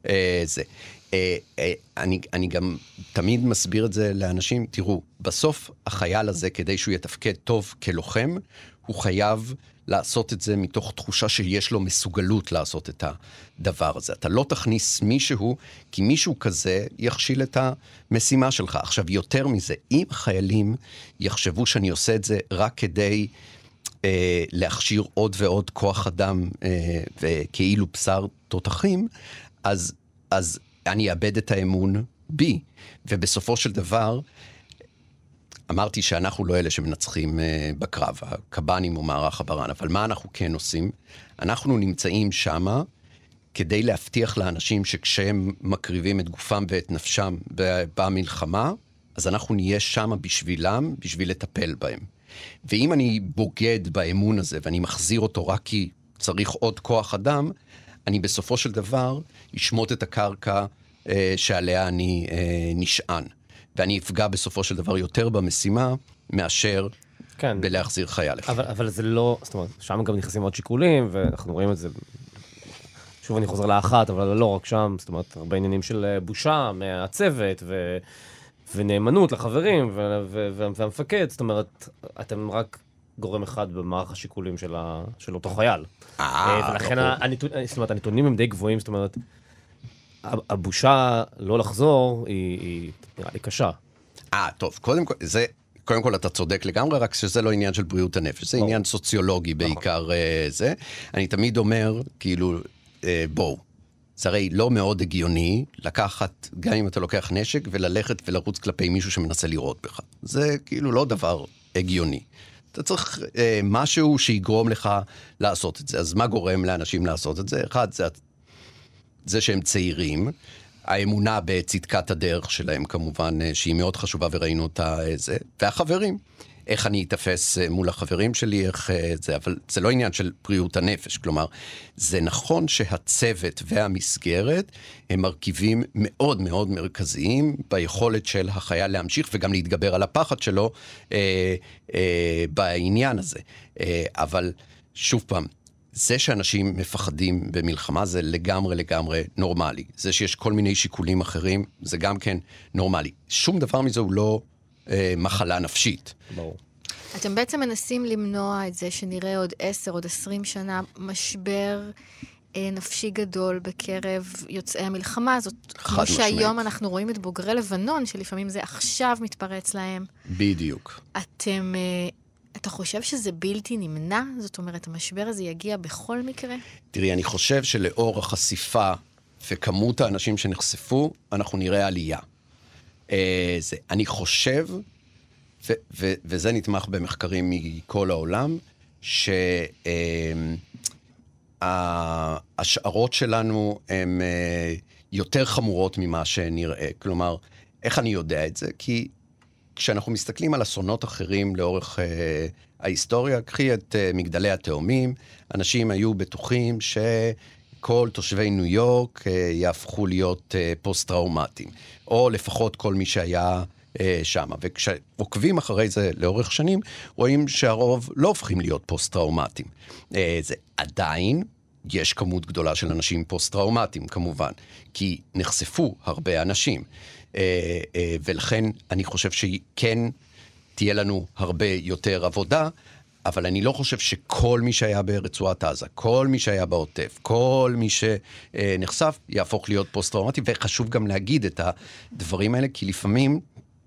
S4: אני גם תמיד מסביר את זה לאנשים, תראו, בסוף החייל הזה, כדי שהוא יתפקד טוב כלוחם, הוא חייב לעשות את זה מתוך תחושה שיש לו מסוגלות לעשות את הדבר הזה. אתה לא תכניס מישהו, כי מישהו כזה יכשיל את המשימה שלך. עכשיו, יותר מזה, אם חיילים יחשבו שאני עושה את זה רק כדי להכשיר עוד ועוד כוח אדם וכאילו בשר תותחים, אז אני אאבד את האמון בי. ובסופו של דבר, אמרתי שאנחנו לא אלה שמנצחים בקרב, הקב"נים או מערך הברן, אבל מה אנחנו כן עושים? אנחנו נמצאים שמה כדי להבטיח לאנשים שכשהם מקריבים את גופם ואת נפשם במלחמה, אז אנחנו נהיה שמה בשבילם, בשביל לטפל בהם. ואם אני בוגד באמון הזה, ואני מחזיר אותו רק כי צריך עוד כוח אדם, אני בסופו של דבר אשמוט את הקרקע שעליה אני נשען. ואני אפגע בסופו של דבר יותר במשימה, מאשר בלהחזיר חייל.
S2: אבל זה לא, זאת אומרת, שם גם נכנסים עוד שיקולים, ואנחנו רואים את זה, שוב אני חוזר לאחת, אבל לא רק שם, זאת אומרת, הרבה עניינים של בושה מהצוות, ונאמנות לחברים, והמפקד, זאת אומרת, אתם רק גורם אחד במערך השיקולים של אותו חייל. ולכן, זאת אומרת, הנתונים הם די גבוהים, זאת אומרת, הבושה לא לחזור היא נראה לי קשה.
S4: טוב, קודם כל אתה צודק לגמרי, רק שזה לא עניין של בריאות הנפש, זה עניין סוציולוגי בעיקר זה. אני תמיד אומר, כאילו, בואו, זה הרי לא מאוד הגיוני לקחת, גם אם אתה לוקח נשק, וללכת ולרוץ כלפי מישהו שמנסה לראות בך. זה כאילו לא דבר הגיוני. אתה צריך משהו שיגרום לך לעשות את זה. אז מה גורם לאנשים לעשות את זה? אחד, זה שהם צעירים, האמונה בצדקת הדרך שלהם כמובן, שהיא מאוד חשובה וראינו אותה זה, והחברים. איך אני אתפס מול החברים שלי, איך זה, אבל זה לא עניין של בריאות הנפש, כלומר, זה נכון שהצוות והמסגרת הם מרכיבים מאוד מאוד מרכזיים ביכולת של החייל להמשיך וגם להתגבר על הפחד שלו בעניין הזה. אבל שוב פעם, זה שאנשים מפחדים במלחמה זה לגמרי לגמרי נורמלי. זה שיש כל מיני שיקולים אחרים, זה גם כן נורמלי. שום דבר מזה הוא לא מחלה נפשית.
S2: ברור.
S3: אתם בעצם מנסים למנוע את זה שנראה עוד 10, עוד 20 שנה משבר נפשי גדול בקרב יוצאי המלחמה הזאת. כמו שהיום אנחנו רואים את בוגרי לבנון, שלפעמים זה עכשיו מתפרץ להם.
S4: בדיוק.
S3: אתה חושב שזה בלתי נמנע? זאת אומרת, המשבר הזה יגיע בכל מקרה?
S4: תראי, אני חושב שלאור החשיפה וכמות האנשים שנחשפו, אנחנו נראה עלייה. אני חושב, וזה נתמך במחקרים מכל העולם, שההשערות שלנו הן יותר חמורות ממה שנראה. כלומר, איך אני יודע את זה? כי כשאנחנו מסתכלים על אסונות אחרים לאורך ההיסטוריה, קחי את מגדלי התאומים, אנשים היו בטוחים שכל תושבי ניו יורק יהפכו להיות פוסט-טראומטיים, או לפחות כל מי שהיה שם. וכשעוקבים אחרי זה לאורך שנים, רואים שהרוב לא הופכים להיות פוסט-טראומטיים. זה עדיין, יש כמות גדולה של אנשים פוסט-טראומטיים, כמובן, כי נחשפו הרבה אנשים. ולכן אני חושב שכן תהיה לנו הרבה יותר עבודה, אבל אני לא חושב שכל מי שהיה ברצועת עזה, כל מי שהיה בעוטף, כל מי שנחשף, יהפוך להיות פוסט-טראומטי, וחשוב גם להגיד את הדברים האלה, כי לפעמים,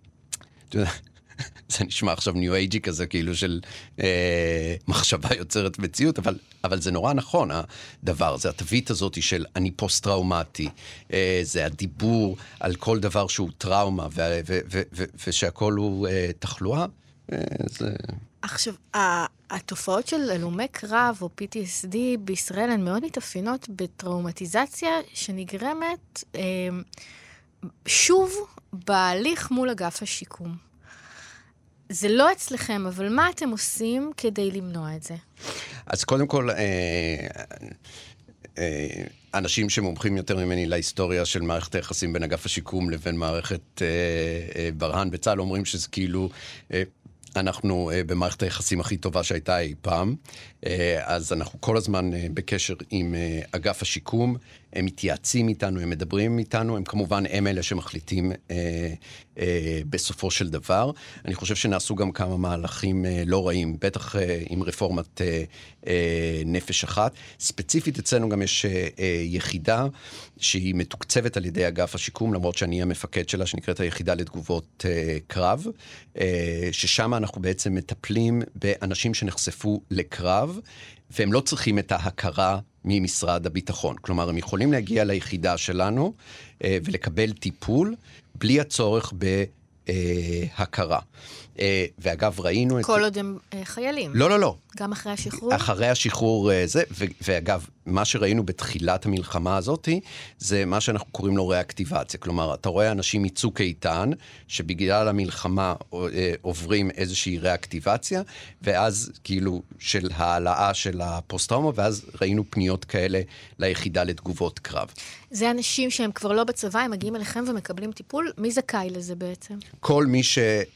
S4: זה נשמע עכשיו ניו אייג'י כזה, כאילו של מחשבה יוצרת מציאות, אבל זה נורא נכון, הדבר, זה התווית הזאת של אני פוסט-טראומטי, זה הדיבור על כל דבר שהוא טראומה, ושהכל הוא תחלואה.
S3: עכשיו, התופעות של הלומי קרב או PTSD בישראל הן מאוד מתאפיינות בטראומטיזציה שנגרמת שוב בהליך מול אגף השיקום. זה לא אצלכם, אבל מה אתם עושים כדי למנוע את זה?
S4: אז קודם כל, אנשים שמומחים יותר ממני להיסטוריה של מערכת היחסים בין אגף השיקום לבין מערכת ברה"ן בצה"ל, אומרים שזה כאילו, אנחנו במערכת היחסים הכי טובה שהייתה אי פעם, אז אנחנו כל הזמן בקשר עם אגף השיקום, הם מתייעצים איתנו, הם מדברים איתנו, הם כמובן הם אלה שמחליטים בסופו של דבר. אני חושב שנעשו גם כמה מהלכים לא רעים, בטח עם רפורמת נפש אחת. ספציפית אצלנו גם יש יחידה שהיא מתוקצבת על ידי אגף השיקום, למרות שאני המפקד שלה, שנקראת היחידה לתגובות קרב, ששם אנחנו בעצם מטפלים באנשים שנחשפו לקרב, והם לא צריכים את ההכרה ממשרד הביטחון. כלומר, הם יכולים להגיע ליחידה שלנו ולקבל טיפול בלי הצורך בהכרה. ואגב, ראינו את...
S3: כל עוד הם חיילים.
S4: לא.
S3: גם אחרי השחרור?
S4: אחרי השחרור זה, ואגב, מה שראינו בתחילת המלחמה הזאת, זה מה שאנחנו קוראים לו ריאקטיבציה. כלומר, אתה רואה אנשים מצוק איתן, שבגלל המלחמה עוברים איזושהי ריאקטיבציה, ואז כאילו של העלאה של הפוסט-טראומה, ואז ראינו פניות כאלה ליחידה לתגובות קרב.
S3: זה אנשים שהם כבר לא בצבא, הם מגיעים אליכם ומקבלים טיפול? מי זכאי לזה בעצם?
S4: כל מי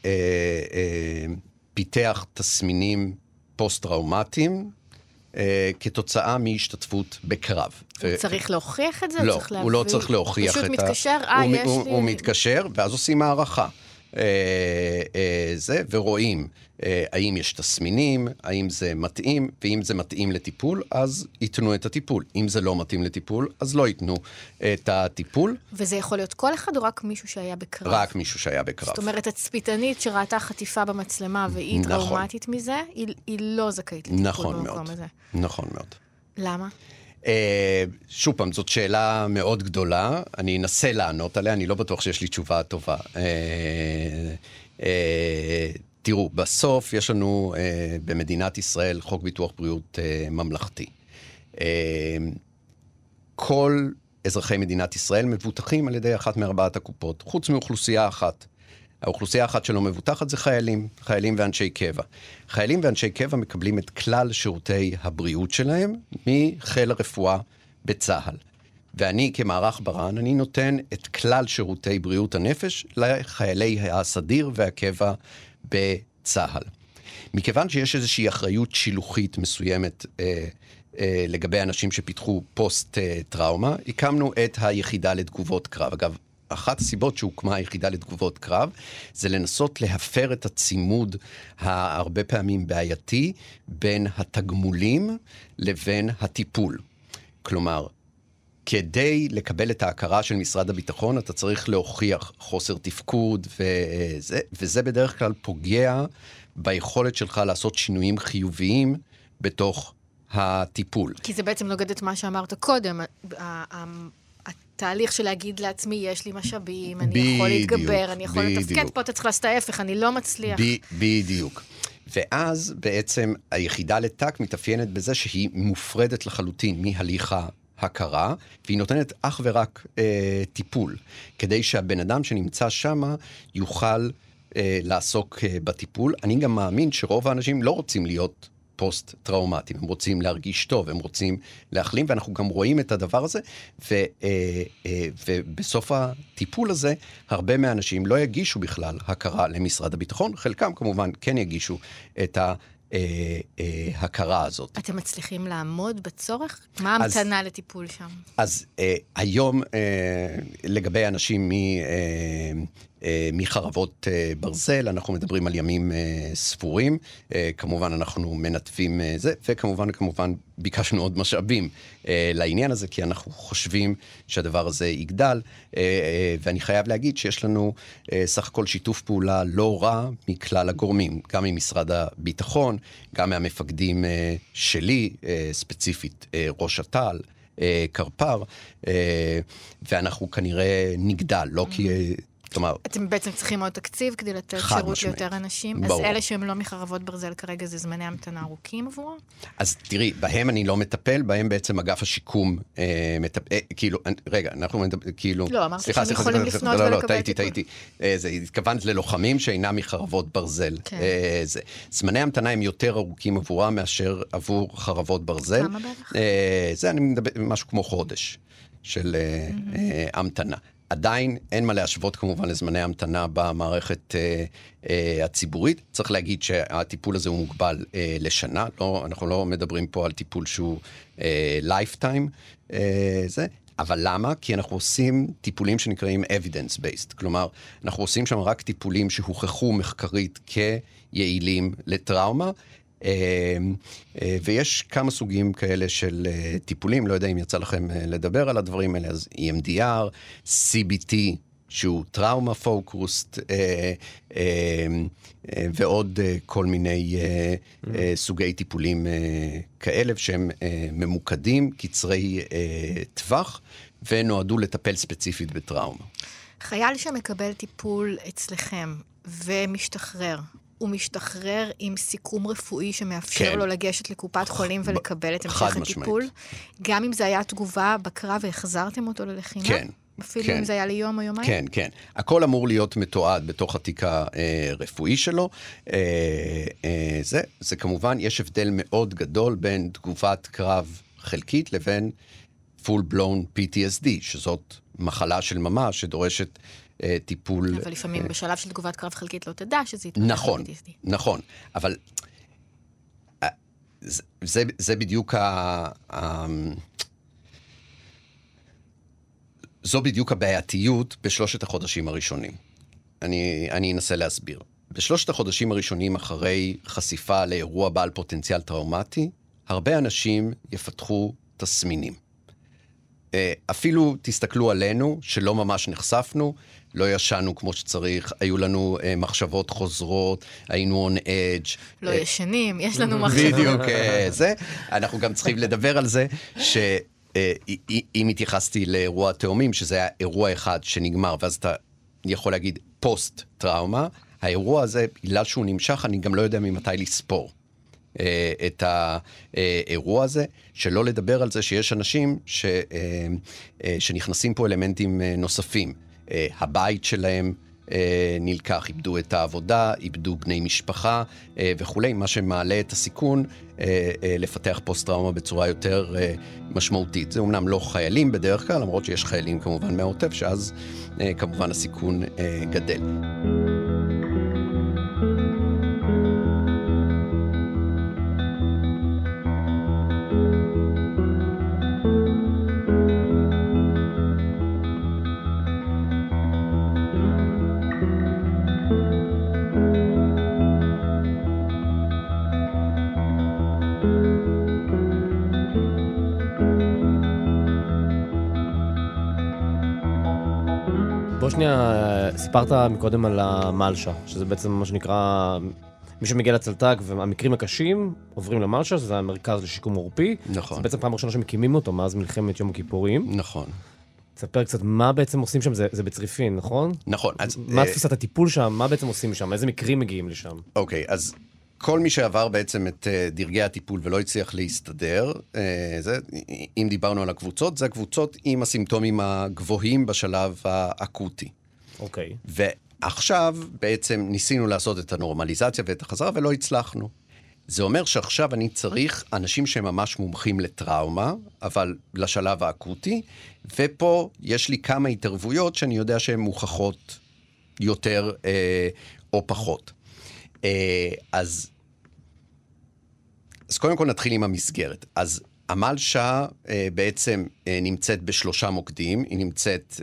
S4: שפיתח תסמינים פוסט-טראומטיים, כתוצאה מהשתתפות בקרב.
S3: הוא צריך להוכיח את זה?
S4: לא, הוא לא צריך להוכיח את
S3: פשוט מתקשר, יש לי...
S4: הוא מתקשר, ואז עושים הערכה. זה, ורואים האם יש תסמינים, האם זה מתאים, ואם זה מתאים לטיפול, אז ייתנו את הטיפול. אם זה לא מתאים לטיפול, אז לא ייתנו את הטיפול.
S3: וזה יכול להיות כל אחד או רק מישהו שהיה בקרב?
S4: רק מישהו שהיה בקרב.
S3: זאת אומרת, הצפיתנית שראתה חטיפה במצלמה והיא טראומטית מזה, היא לא זכאית לטיפול במקום הזה.
S4: נכון מאוד.
S3: למה?
S4: שוב פעם, זאת שאלה מאוד גדולה, אני אנסה לענות עליה, אני לא בטוח שיש לי תשובה טובה. תראו, בסוף יש לנו במדינת ישראל חוק ביטוח בריאות ממלכתי. כל אזרחי מדינת ישראל מבוטחים על ידי אחת מארבעת הקופות, חוץ מאוכלוסייה אחת. האוכלוסייה האחת שלא מבוטחת זה חיילים ואנשי קבע. חיילים ואנשי קבע מקבלים את כלל שירותי הבריאות שלהם מחיל הרפואה בצה"ל. ואני כמערך ברה"ן, אני נותן את כלל שירותי בריאות הנפש לחיילי הסדיר והקבע בצה"ל. מכיוון שיש איזושהי אחריות שילוחית מסוימת לגבי אנשים שפיתחו פוסט-טראומה, הקמנו את היחידה לתגובות קרב. אגב, אחת הסיבות שהוקמה היחידה לתגובות קרב, זה לנסות להפר את הצימוד הרבה פעמים בעייתי בין התגמולים לבין הטיפול. כלומר, כדי לקבל את ההכרה של משרד הביטחון, אתה צריך להוכיח חוסר תפקוד, וזה בדרך כלל פוגע ביכולת שלך לעשות שינויים חיוביים בתוך הטיפול.
S3: כי זה בעצם נוגד את מה שאמרת קודם, תהליך של להגיד לעצמי, יש לי משאבים, אני יכול להתגבר, אני יכול לתפקד פה, אתה צריך לעשות ההפך, אני לא מצליח.
S4: בדיוק. ואז בעצם היחידה לטק מתאפיינת בזה שהיא מופרדת לחלוטין מהליך ההכרה, והיא נותנת אך ורק טיפול, כדי שהבן אדם שנמצא שם יוכל לעסוק בטיפול. אני גם מאמין שרוב האנשים לא רוצים להיות פוסט-טראומטיים, הם רוצים להרגיש טוב, הם רוצים להחלים, ואנחנו גם רואים את הדבר הזה, ובסוף הטיפול הזה, הרבה מהאנשים לא יגישו בכלל הכרה למשרד הביטחון, חלקם כמובן כן יגישו את ההכרה הזאת.
S3: אתם מצליחים לעמוד בצורך? מה ההמתנה לטיפול שם?
S4: אז היום, לגבי אנשים מחרבות ברזל, אנחנו מדברים על ימים ספורים, כמובן אנחנו מנתבים זה, וכמובן ביקשנו עוד משאבים לעניין הזה, כי אנחנו חושבים שהדבר הזה יגדל, ואני חייב להגיד שיש לנו סך הכל שיתוף פעולה לא רע מכלל הגורמים, גם ממשרד הביטחון, גם מהמפקדים שלי, ספציפית ראש אט"ל, קרפ"ר, ואנחנו כנראה נגדל, לא כי... כלומר,
S3: אתם בעצם צריכים עוד תקציב כדי לתת שירות ליותר אנשים? אז אלה שהם לא מחרבות ברזל כרגע, זה זמני המתנה ארוכים עבורו?
S4: אז תראי, בהם אני לא מטפל, בהם בעצם אגף השיקום מטפל, כאילו, רגע, אנחנו כאילו...
S3: לא, אמרת שהם יכולים לפנות ולקבל טיפול.
S4: טעיתי. התכוונת ללוחמים שאינם מחרבות ברזל. זמני המתנה הם יותר ארוכים עבורם מאשר עבור חרבות ברזל.
S3: כמה בערך?
S4: זה אני מדבר משהו כמו חודש של המתנה. עדיין אין מה להשוות כמובן לזמני המתנה במערכת הציבורית. צריך להגיד שהטיפול הזה הוא מוגבל לשנה. לא, אנחנו לא מדברים פה על טיפול שהוא lifetime. אבל למה? כי אנחנו עושים טיפולים שנקראים evidence-based. כלומר, אנחנו עושים שם רק טיפולים שהוכחו מחקרית כיעילים לטראומה, ויש כמה סוגים כאלה של טיפולים, לא יודע אם יצא לכם לדבר על הדברים האלה, אז EMDR, CBT, שהוא טראומה פוקוסט, ועוד כל מיני סוגי טיפולים כאלה, שהם ממוקדים, קצרי טווח, ונועדו לטפל ספציפית בטראומה.
S3: חייל שמקבל טיפול אצלכם ומשתחרר, הוא משתחרר עם סיכום רפואי שמאפשר לו לגשת לקופת חולים ולקבל את המשך הטיפול. גם אם זה היה תגובה בקרב והחזרתם אותו ללחימה?
S4: כן.
S3: אפילו אם זה היה ליום או יומיים?
S4: כן, כן. הכל אמור להיות מתועד בתוך התיק הרפואי שלו. זה כמובן, יש הבדל מאוד גדול בין תגובת קרב חלקית לבין full blown PTSD, שזאת מחלה של ממש שדורשת טיפול...
S3: אבל לפעמים בשלב של תגובת קרב חלקית לא תדע שזה יתפתח
S4: נכון,
S3: ב-PTSD.
S4: נכון, אבל זה בדיוק זו בדיוק הבעייתיות בשלושת החודשים הראשונים. אני אנסה להסביר. בשלושת החודשים הראשונים אחרי חשיפה לאירוע בעל פוטנציאל טראומטי, הרבה אנשים יפתחו תסמינים. אפילו תסתכלו עלינו, שלא ממש נחשפנו, לא ישנו כמו שצריך, היו לנו מחשבות חוזרות, היינו on edge.
S3: לא ישנים, יש לנו מחשבות.
S4: בדיוק זה. אנחנו גם צריכים לדבר על זה, שאם התייחסתי לאירוע תאומים, שזה היה אירוע אחד שנגמר, ואז אתה יכול להגיד פוסט-טראומה, האירוע הזה, בגלל שהוא נמשך, אני גם לא יודע ממתי לספור את האירוע הזה, שלא לדבר על זה שיש אנשים שנכנסים פה אלמנטים נוספים. הבית שלהם נלקח, איבדו את העבודה, איבדו בני משפחה וכולי, מה שמעלה את הסיכון לפתח פוסט-טראומה בצורה יותר משמעותית. זה אומנם לא חיילים בדרך כלל, למרות שיש חיילים כמובן מהעוטף, שאז כמובן הסיכון גדל.
S2: בוא שנייה, סיפרת מקודם על המלשה, שזה בעצם מה שנקרא, מי שמגיע לצלתג והמקרים הקשים עוברים למלשה, שזה המרכז לשיקום עורפי.
S4: נכון.
S2: זה בעצם פעם ראשונה שמקימים אותו מאז מלחמת יום הכיפורים.
S4: נכון.
S2: תספר קצת מה בעצם עושים שם, זה בצריפין, נכון?
S4: נכון.
S2: מה תפיסת הטיפול שם, מה בעצם עושים שם, איזה מקרים מגיעים לשם?
S4: אוקיי, אז כל מי שעבר בעצם את דרגי הטיפול ולא הצליח להסתדר, אם דיברנו על הקבוצות, זה הקבוצות עם הסימפטומים הגבוהים בשלב האקוטי.
S2: אוקיי.
S4: ועכשיו בעצם ניסינו לעשות את הנורמליזציה ואת החזרה ולא הצלחנו. זה אומר שעכשיו אני צריך אנשים שהם ממש מומחים לטראומה, אבל לשלב האקוטי, ופה יש לי כמה התערבויות שאני יודע שהן מוכחות יותר או פחות. אז קודם כל נתחיל עם המסגרת. אז המלשה בעצם נמצאת בשלושה מוקדים, היא נמצאת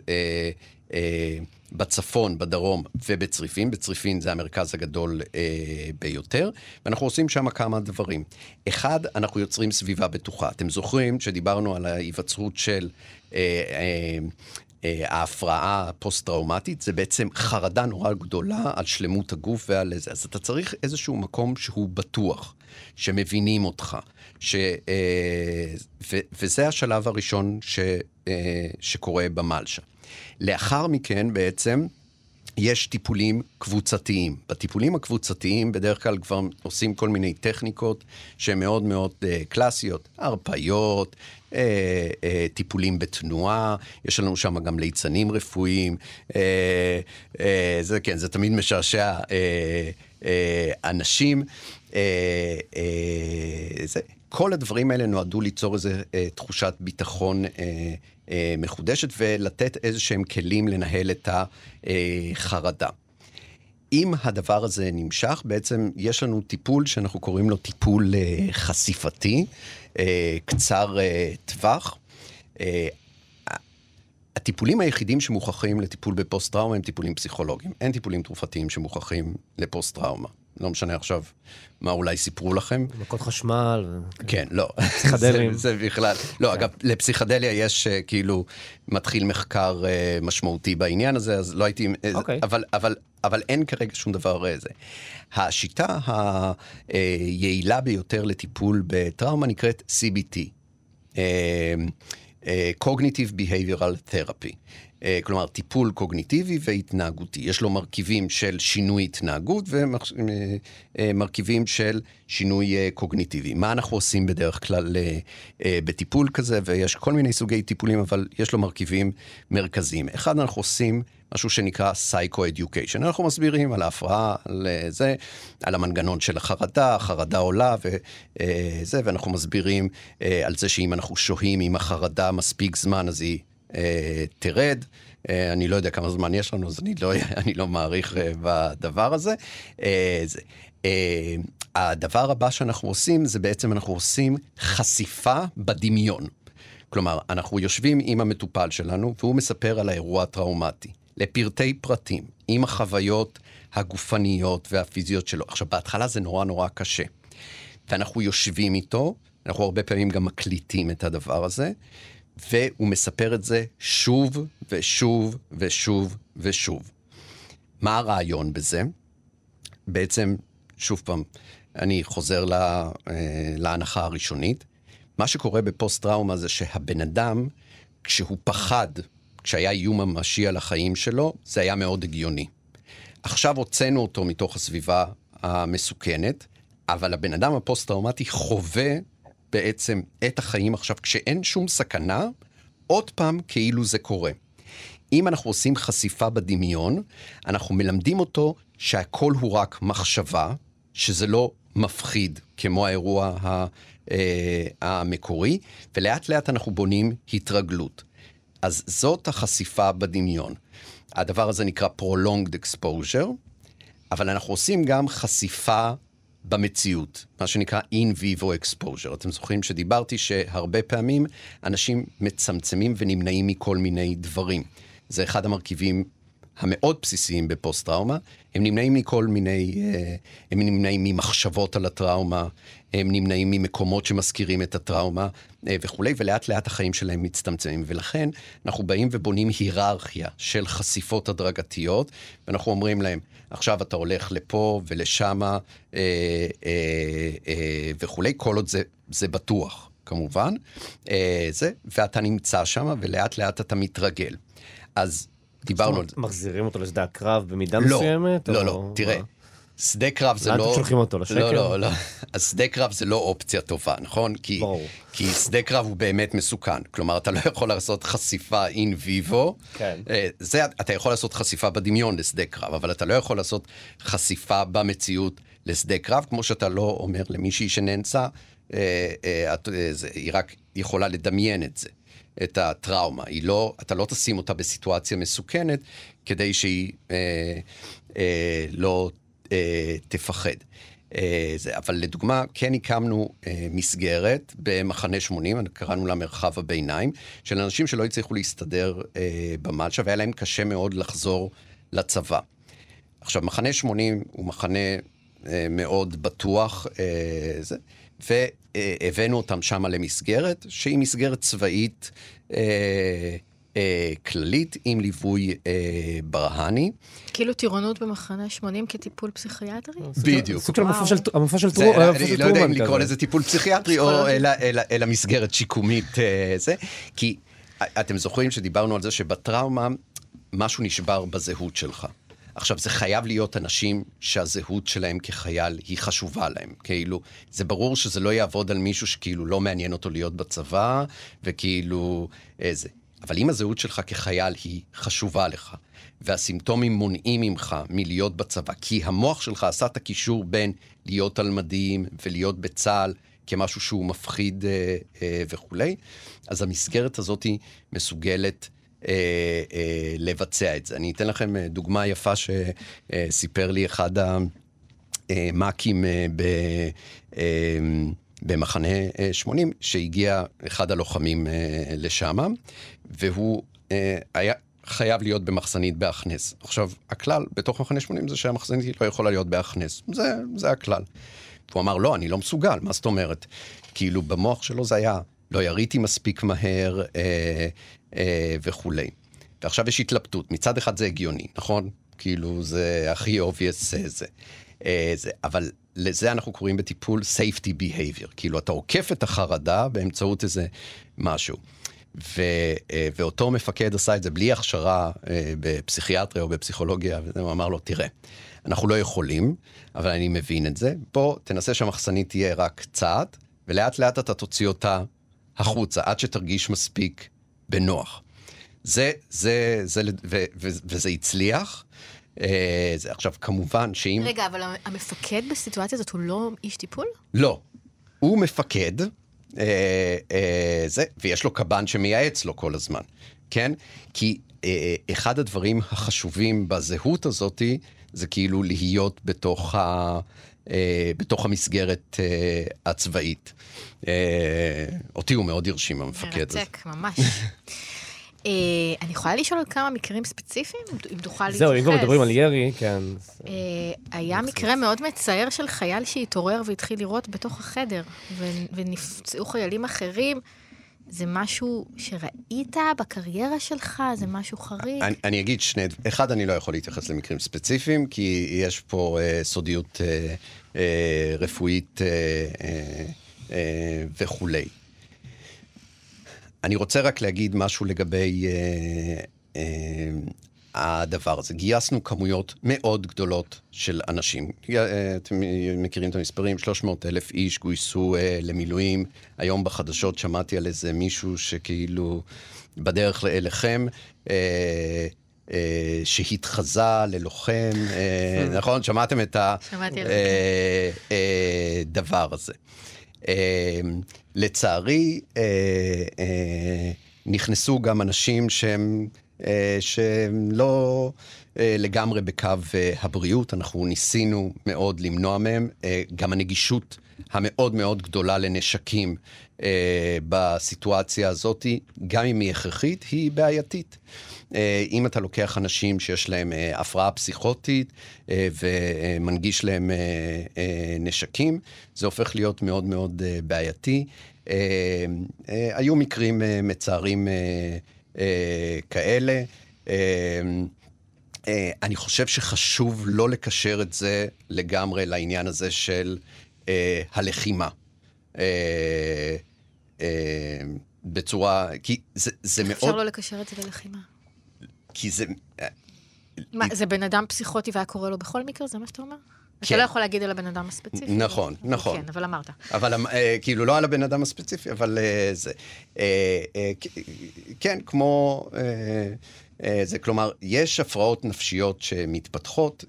S4: בצפון, בדרום ובצריפין. בצריפין זה המרכז הגדול ביותר, ואנחנו עושים שם כמה דברים. אחד, אנחנו יוצרים סביבה בטוחה. אתם זוכרים שדיברנו על ההיווצרות של ההפרעה הפוסט-טראומטית, זה בעצם חרדה נורא גדולה על שלמות הגוף ועל זה. אז אתה צריך איזשהו מקום שהוא בטוח, שמבינים אותך, וזה השלב הראשון שקורה במלשה. לאחר מכן בעצם יש טיפולים קבוצתיים. בטיפולים הקבוצתיים בדרך כלל כבר עושים כל מיני טכניקות שהן מאוד מאוד קלאסיות, הרפיות, טיפולים בתנועה, יש לנו שם גם ליצנים רפואיים, זה כן, זה תמיד משעשע אנשים. כל הדברים האלה נועדו ליצור איזו תחושת ביטחון מחודשת ולתת איזה שהם כלים לנהל את החרדה. אם הדבר הזה נמשך, בעצם יש לנו טיפול שאנחנו קוראים לו טיפול חשיפתי, קצר טווח. הטיפולים היחידים שמוכחים לטיפול בפוסט-טראומה הם טיפולים פסיכולוגיים. אין טיפולים תרופתיים שמוכחים לפוסט-טראומה. לא משנה עכשיו מה אולי סיפרו לכם.
S2: מכות חשמל.
S4: כן, לא.
S2: פסיכדלים.
S4: זה בכלל. לא, אגב, לפסיכדליה יש כאילו מתחיל מחקר משמעותי בעניין הזה, אז לא הייתי... אבל אין כרגע שום דבר זה. השיטה היעילה ביותר לטיפול בטראומה נקראת CBT. Cognitive Behavioral Therapy. כלומר, טיפול קוגניטיבי והתנהגותי. יש לו מרכיבים של שינוי התנהגות ומרכיבים של שינוי קוגניטיבי. מה אנחנו עושים בדרך כלל בטיפול כזה? ויש כל מיני סוגי טיפולים, אבל יש לו מרכיבים מרכזיים. אחד, אנחנו עושים משהו שנקרא Psycho-Education. אנחנו מסבירים על ההפרעה, על זה, על המנגנון של החרדה, החרדה עולה וזה, ואנחנו מסבירים על זה שאם אנחנו שוהים עם החרדה מספיק זמן, אז היא תרד. אני לא יודע כמה זמן יש לנו, אז אני לא מעריך בדבר הזה. הדבר הבא שאנחנו עושים, זה בעצם אנחנו עושים חשיפה בדמיון. כלומר, אנחנו יושבים עם המטופל שלנו, והוא מספר על האירוע הטראומטי, לפרטי פרטים, עם החוויות הגופניות והפיזיות שלו. עכשיו, בהתחלה זה נורא נורא קשה. ואנחנו יושבים איתו, אנחנו הרבה פעמים גם מקליטים את הדבר הזה, והוא מספר את זה שוב ושוב ושוב ושוב. מה הרעיון בזה? בעצם, שוב פעם, אני חוזר להנחה הראשונית. מה שקורה בפוסט-טראומה זה שהבן אדם, כשהוא פחד, כשהיה איום ממשי על החיים שלו, זה היה מאוד הגיוני. עכשיו הוצאנו אותו מתוך הסביבה המסוכנת, אבל הבן אדם הפוסט-טראומטי חווה בעצם את החיים עכשיו, כשאין שום סכנה, עוד פעם כאילו זה קורה. אם אנחנו עושים חשיפה בדמיון, אנחנו מלמדים אותו שהכל הוא רק מחשבה, שזה לא מפחיד כמו האירוע המקורי, ולאט לאט אנחנו בונים התרגלות. אז זאת החשיפה בדמיון. הדבר הזה נקרא prolonged exposure, אבל אנחנו עושים גם חשיפה במציאות, מה שנקרא in vivo exposure. אתם זוכרים שדיברתי שהרבה פעמים אנשים מצמצמים ונמנעים מכל מיני דברים. זה אחד המרכיבים המאוד בסיסיים בפוסט-טראומה. הם נמנעים מכל מיני, הם נמנעים ממחשבות על הטראומה, הם נמנעים ממקומות שמזכירים את הטראומה וכו', ולאט לאט החיים שלהם מצטמצמים. ולכן אנחנו באים ובונים היררכיה של חשיפות הדרגתיות, ואנחנו אומרים להם, עכשיו אתה הולך לפה ולשמה וכו', כל עוד זה בטוח. כמובן, ואתה נמצא שם, ולאט לאט אתה מתרגל. אז דיברנו על זה.
S2: מחזירים אותו לשדה הקרב במידה מסוימת?
S4: לא, תראה. שדה קרב זה לא...
S2: לאן אתם שולחים אותו? לשקר?
S4: לא. אז שדה קרב זה לא אופציה טובה, נכון? כי שדה קרב הוא באמת מסוכן. כלומר, אתה לא יכול לעשות חשיפה אין ויבו.
S2: כן.
S4: אתה יכול לעשות חשיפה בדמיון לשדה קרב, אבל אתה לא יכול לעשות חשיפה במציאות לשדה קרב, כמו שאתה לא אומר למישהי שנאנסה, היא רק יכולה לדמיין את זה, את הטראומה. אתה לא תשים אותה בסיטואציה מסוכנת, כדי שהיא לא תפחד. אבל לדוגמה, כן הקמנו מסגרת במחנה 80, קראנו לה מרחב הביניים, של אנשים שלא הצליחו להסתדר במלשה, והיה להם קשה מאוד לחזור לצבא. עכשיו, מחנה 80 הוא מחנה מאוד בטוח, והבאנו אותם שם למסגרת, שהיא מסגרת צבאית כללית, עם ליווי ברהני.
S3: כאילו טירונות במחנה 80 כטיפול פסיכיאטרי?
S4: בדיוק.
S2: סוג של המופע של טרומן.
S4: אני לא יודע אם לקרוא לזה טיפול פסיכיאטרי, או אלא מסגרת שיקומית, כי אתם זוכרים שדיברנו על זה שבטראומה משהו נשבר בזהות שלך. עכשיו, זה חייב להיות אנשים שהזהות שלהם כחייל היא חשובה להם. כאילו, זה ברור שזה לא יעבוד על מישהו שכאילו לא מעניין אותו להיות בצבא, וכאילו איזה. אבל אם הזהות שלך כחייל היא חשובה לך, והסימפטומים מונעים ממך מלהיות בצבא, כי המוח שלך עשה את הקישור בין להיות על מדים ולהיות בצהל כמשהו שהוא מפחיד וכו', אז המסגרת הזאת היא מסוגלת לבצע את זה. אני אתן לכם דוגמה יפה שסיפר לי אחד המאקים במחנה 80, שהגיע אחד הלוחמים לשם, והוא היה חייב להיות במחסנית באכנס. עכשיו, הכלל בתוך מחנה 80 זה שהמחסנית לא יכולה להיות באכנס. זה הכלל. והוא אמר, לא, אני לא מסוגל, מה זאת אומרת? כאילו, במוח שלו זה היה, לא יריתי מספיק מהר וכולי. ועכשיו יש התלבטות. מצד אחד זה הגיוני, נכון? כאילו, זה הכי obvious זה. אבל לזה אנחנו קוראים בטיפול safety behavior. כאילו, אתה עוקף את החרדה באמצעות איזה משהו. ואותו מפקד עשה את זה בלי הכשרה בפסיכיאטריה או בפסיכולוגיה, והוא אמר לו, תראה, אנחנו לא יכולים, אבל אני מבין את זה. בוא, תנסה שהמחסנית תהיה רק צעד, ולאט לאט אתה תוציא אותה החוצה, עד שתרגיש מספיק בנוח. וזה הצליח. עכשיו, כמובן שאם...
S3: רגע, אבל המפקד בסיטואציה הזאת הוא לא איש טיפול?
S4: לא. הוא מפקד, ויש לו קב"ן שמייעץ לו כל הזמן, כן? כי אחד הדברים החשובים בזהות הזאת, זה כאילו להיות בתוך המסגרת הצבאית. אותי הוא מאוד הרשים, המפקד הזה.
S3: מרתק, ממש. אני יכולה לשאול על כמה מקרים ספציפיים? אם תוכל להתייחס.
S2: זהו, אם כבר מדברים על ירי, כן.
S3: היה מקרה מאוד מצער של חייל שהתעורר והתחיל לראות בתוך החדר, ונפצעו חיילים אחרים. זה משהו שראית בקריירה שלך? זה משהו חריג?
S4: אני אגיד אחד, אני לא יכול להתייחס למקרים ספציפיים, כי יש פה סודיות רפואית וכולי. אני רוצה רק להגיד משהו לגבי הדבר הזה. גייסנו כמויות מאוד גדולות של אנשים. אתם מכירים את המספרים, 300,000 איש גויסו למילואים. היום בחדשות שמעתי על איזה מישהו שכאילו בדרך אליכם, שהתחזה ללוחם. נכון? שמעתם את הדבר הזה. לצערי, נכנסו גם אנשים שהם לא לגמרי בקו הבריאות. אנחנו ניסינו מאוד למנוע מהם. גם הנגישות המאוד מאוד גדולה לנשקים בסיטואציה הזאת, גם אם היא הכרחית, היא בעייתית. אם אתה לוקח אנשים שיש להם הפרעה פסיכוטית ומנגיש להם נשקים, זה הופך להיות מאוד מאוד בעייתי. היו מקרים מצערים כאלה. אני חושב שחשוב לא לקשר את זה לגמרי לעניין הזה של הלחימה. בצורה, כי זה מאוד...
S3: אפשר לא לקשר את זה ללחימה.
S4: כי זה...
S3: מה, זה בן אדם פסיכוטי והיה קורא לו בכל מקרה? זה מה שאתה אומר?
S4: כן.
S3: אתה לא יכול להגיד על הבן אדם הספציפי.
S4: נכון, נכון.
S3: כן, אבל אמרת.
S4: אבל כאילו לא על הבן אדם הספציפי, אבל זה... כן, כמו... זה כלומר, יש הפרעות נפשיות שמתפתחות,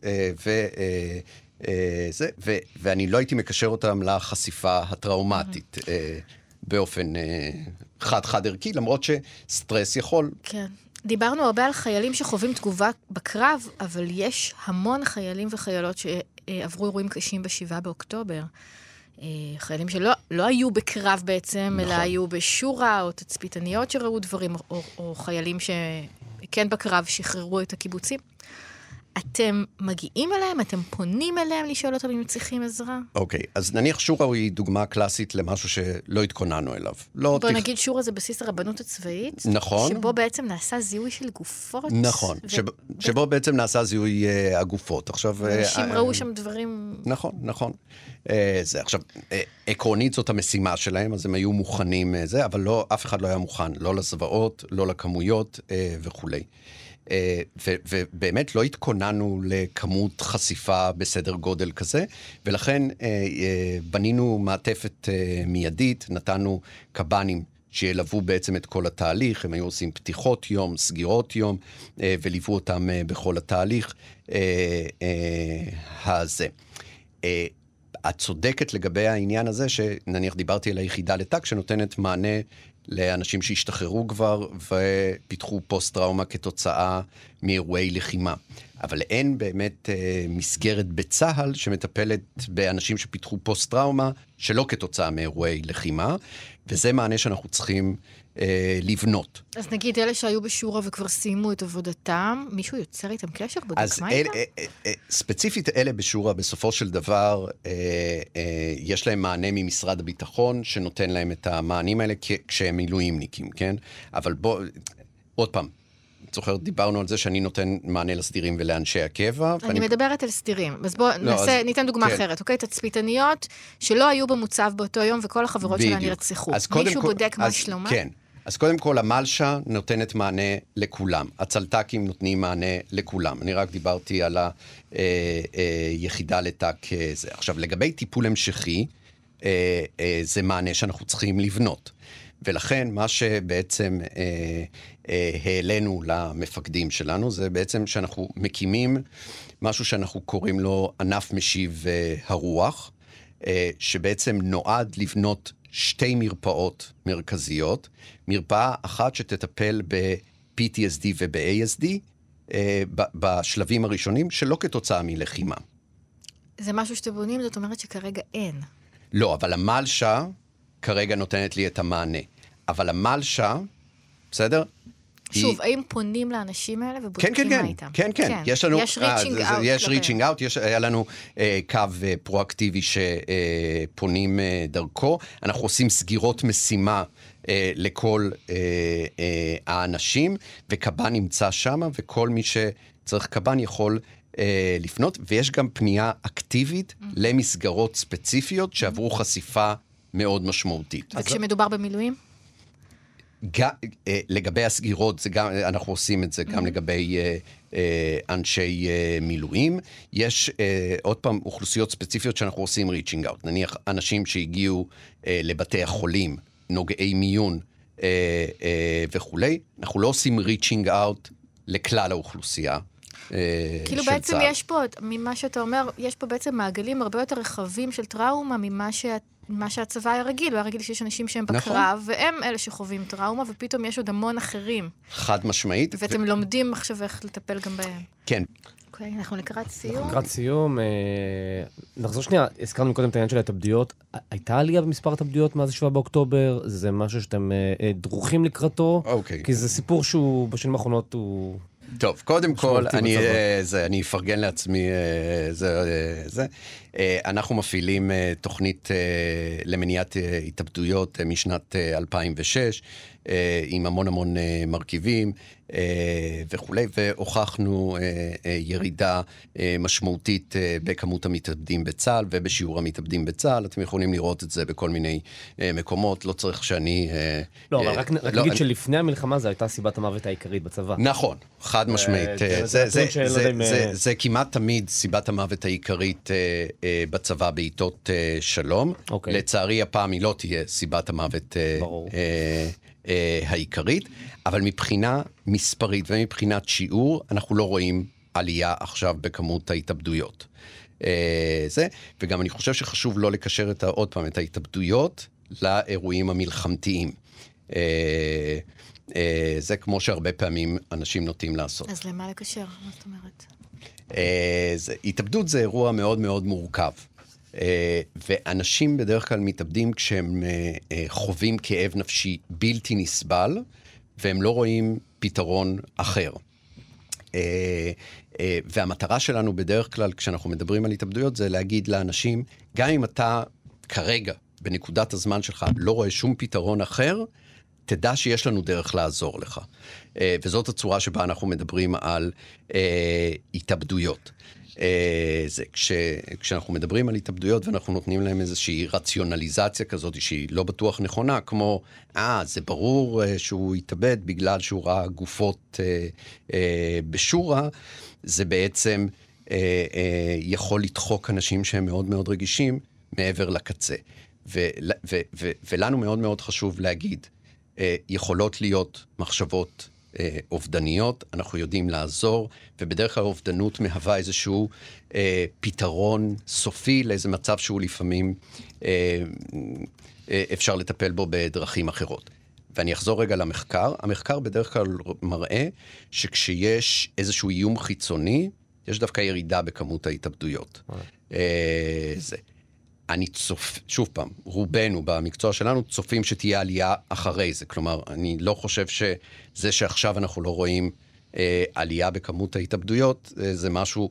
S4: ואני לא הייתי מקשר אותם לחשיפה הטראומטית, באופן חד ערכי, למרות שסטרס יכול...
S3: כן. דיברנו הרבה על חיילים שחווים תגובה בקרב, אבל יש המון חיילים וחיילות שעברו אירועים קשים ב7 באוקטובר. חיילים שלא היו בקרב בעצם, אלא היו בשורה, או תצפיתניות שראו דברים, או חיילים שכן בקרב שחררו את הקיבוצים. אתם מגיעים אליהם? אתם פונים אליהם לשאול אותם אם צריכים עזרה?
S4: אוקיי, אז נניח שורה היא דוגמה קלאסית למשהו שלא התכוננו אליו.
S3: בוא נגיד שורה זה בסיס הרבנות הצבאית.
S4: נכון.
S3: שבו בעצם נעשה זיהוי של גופות.
S4: נכון, שבו בעצם נעשה זיהוי הגופות. עכשיו...
S3: אנשים ראו שם דברים...
S4: נכון, נכון. זה עכשיו, עקרונית זאת המשימה שלהם, אז הם היו מוכנים זה, אבל לא, אף אחד לא היה מוכן, לא לזוועות, לא לכמויות וכולי. ובאמת לא התכוננו לכמות חשיפה בסדר גודל כזה, ולכן בנינו מעטפת מיידית, נתנו קב"נים שילוו בעצם את כל התהליך, הם היו עושים פתיחות יום, סגירות יום, וליוו אותם בכל התהליך הזה. את צודקת לגבי העניין הזה, שנניח דיברתי על היחידה לטק, שנותנת מענה לאנשים שהשתחררו כבר ופיתחו פוסט-טראומה כתוצאה מאירועי לחימה. אבל אין באמת מסגרת בצהל שמטפלת באנשים שפיתחו פוסט-טראומה שלא כתוצאה מאירועי לחימה, וזה מענה שאנחנו צריכים לבנות.
S3: אז נגיד אלה שהיו בשורה וכבר סיימו את עבודתם, מישהו יוצר איתם קשר? בודק מה איתם?
S4: ספציפית אלה בשורה, בסופו של דבר, יש להם מענה ממשרד הביטחון, שנותן להם את המענים האלה כשהם מילואימניקים, כן? אבל בוא, עוד פעם, זוכר, דיברנו על זה שאני נותן מענה לסדירים ולאנשי הקבע.
S3: אני מדברת על סדירים. אז בואו ניתן דוגמה אחרת, אוקיי? תצפיתניות שלא היו במוצב באותו יום, וכל החברות שלה נרצחו. מישהו בודק מה שלומה?
S4: כן. אז קודם כל, המלשה נותנת מענה לכולם. הצלטקים נותנים מענה לכולם. אני רק דיברתי על היחידה לטק. עכשיו, לגבי טיפול המשכי, זה מענה שאנחנו צריכים לבנות. ולכן מה שבעצם העלינו למפקדים שלנו, זה בעצם שאנחנו מקימים משהו שאנחנו קוראים לו ענף משיב הרוח, שבעצם נועד לבנות שתי מרפאות מרכזיות, מרפאה אחת שתטפל ב-PTSD וב-ASD, בשלבים הראשונים, שלא כתוצאה מלחימה.
S3: זה משהו שאתם בונים, זאת אומרת שכרגע אין.
S4: לא, אבל המלשה כרגע נותנת לי את המענה. אבל המלשה, בסדר?
S3: שוב, האם פונים לאנשים האלה ובודקים מה איתם?
S4: כן. יש לנו... יש ריצ'ינג אאוט. יש ריצ'ינג אאוט, היה לנו קו פרואקטיבי שפונים דרכו. אנחנו עושים סגירות משימה לכל האנשים, וקב"ן נמצא שם, וכל מי שצריך קב"ן יכול לפנות, ויש גם פנייה אקטיבית למסגרות ספציפיות שעברו חשיפה מאוד משמעותית.
S3: וכשמדובר במילואים?
S4: לגבי הסגירות, אנחנו עושים את זה גם לגבי אנשי מילואים. יש עוד פעם אוכלוסיות ספציפיות שאנחנו עושים ריצ'ינג אאוט. נניח אנשים שהגיעו לבתי החולים, נוגעי מיון וכולי. אנחנו לא עושים ריצ'ינג אאוט לכלל האוכלוסייה.
S3: כאילו בעצם יש פה, ממה שאתה אומר, יש פה בעצם מעגלים הרבה יותר רחבים של טראומה ממה שהצבא היה רגיל. הוא היה רגיל שיש אנשים שהם בקרב, והם אלה שחווים טראומה, ופתאום יש עוד המון אחרים.
S4: חד משמעית.
S3: ואתם לומדים עכשיו איך לטפל גם בהם.
S4: כן.
S3: אוקיי, אנחנו לקראת סיום.
S2: לקראת סיום, נחזור שנייה, הזכרנו קודם את העניין של ההתאבדויות. הייתה עלייה במספר התאבדויות מאז 7 באוקטובר? זה משהו שאתם דרוכים לקראתו?
S4: אוקיי.
S2: כי זה סיפור שהוא בשנים האחרונות הוא...
S4: טוב, קודם כל, אני אפרגן לעצמי, אנחנו מפעילים תוכנית למניעת התאבדויות משנת 2006, עם המון המון מרכיבים וכולי, והוכחנו ירידה משמעותית בכמות המתאבדים בצה"ל ובשיעור המתאבדים בצה"ל. אתם יכולים לראות את זה בכל מיני מקומות, לא צריך שאני...
S2: לא, אבל רק נגיד שלפני המלחמה זו הייתה סיבת המוות העיקרית בצבא.
S4: נכון, חד משמעית. זה כמעט תמיד סיבת המוות העיקרית בצבא בעיתות שלום. לצערי הפעם היא לא תהיה סיבת המוות העיקרית, אבל מבחינה מספרית ומבחינת שיעור, אנחנו לא רואים עלייה עכשיו בכמות ההתאבדויות. וגם אני חושב שחשוב לא לקשר עוד פעם את ההתאבדויות לאירועים המלחמתיים. זה כמו שהרבה פעמים אנשים נוטים לעשות.
S3: אז למה לקשר? מה זאת אומרת?
S4: התאבדות זה אירוע מאוד מאוד מורכב. ואנשים בדרך כלל מתאבדים כשהם חווים כאב נפשי בלתי נסבל, והם לא רואים פתרון אחר. והמטרה שלנו בדרך כלל, כשאנחנו מדברים על התאבדויות, זה להגיד לאנשים, גם אם אתה כרגע, בנקודת הזמן שלך, לא רואה שום פתרון אחר, תדע שיש לנו דרך לעזור לך. וזאת הצורה שבה אנחנו מדברים על התאבדויות. כשאנחנו מדברים על התאבדויות ואנחנו נותנים להם איזושהי רציונליזציה כזאת שהיא לא בטוח נכונה, כמו, זה ברור שהוא יתאבד בגלל שהוא ראה גופות בשורה, זה בעצם יכול לדחוק אנשים שהם מאוד מאוד רגישים מעבר לקצה. ולנו מאוד מאוד חשוב להגיד, יכולות להיות מחשבות אובדניות, אנחנו יודעים לעזור, ובדרך כלל אובדנות מהווה איזשהו פתרון סופי לאיזה מצב שהוא לפעמים אפשר לטפל בו בדרכים אחרות. ואני אחזור רגע למחקר. המחקר בדרך כלל מראה שכשיש איזשהו איום חיצוני, יש דווקא ירידה בכמות ההתאבדויות. אני שוב פעם, רובנו במקצוע שלנו צופים שתהיה עלייה אחרי זה. כלומר, אני לא חושב שזה שעכשיו אנחנו לא רואים עלייה בכמות ההתאבדויות, זה משהו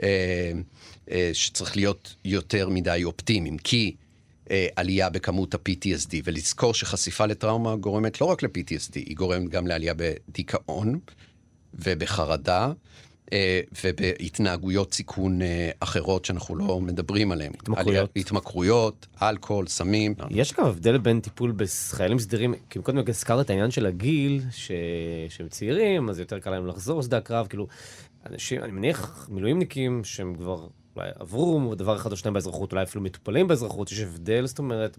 S4: שצריך להיות יותר מדי אופטימיים, כי עלייה בכמות ה-PTSD, ולזכור שחשיפה לטראומה גורמת לא רק ל-PTSD, היא גורמת גם לעלייה בדיכאון ובחרדה, ובהתנהגויות סיכון אחרות שאנחנו לא מדברים עליהן. התמכרויות, אלכוהול, סמים.
S2: יש גם הבדל בין טיפול בחיילים סדירים, כי קודם הזכרת את העניין של הגיל, שהם צעירים, אז יותר קל להם לחזור לשדה הקרב, כאילו, אנשים, אני מניח, מילואימניקים שהם כבר אולי עברו דבר אחד או שניים באזרחות, אולי אפילו מטופלים באזרחות, יש הבדל, זאת אומרת,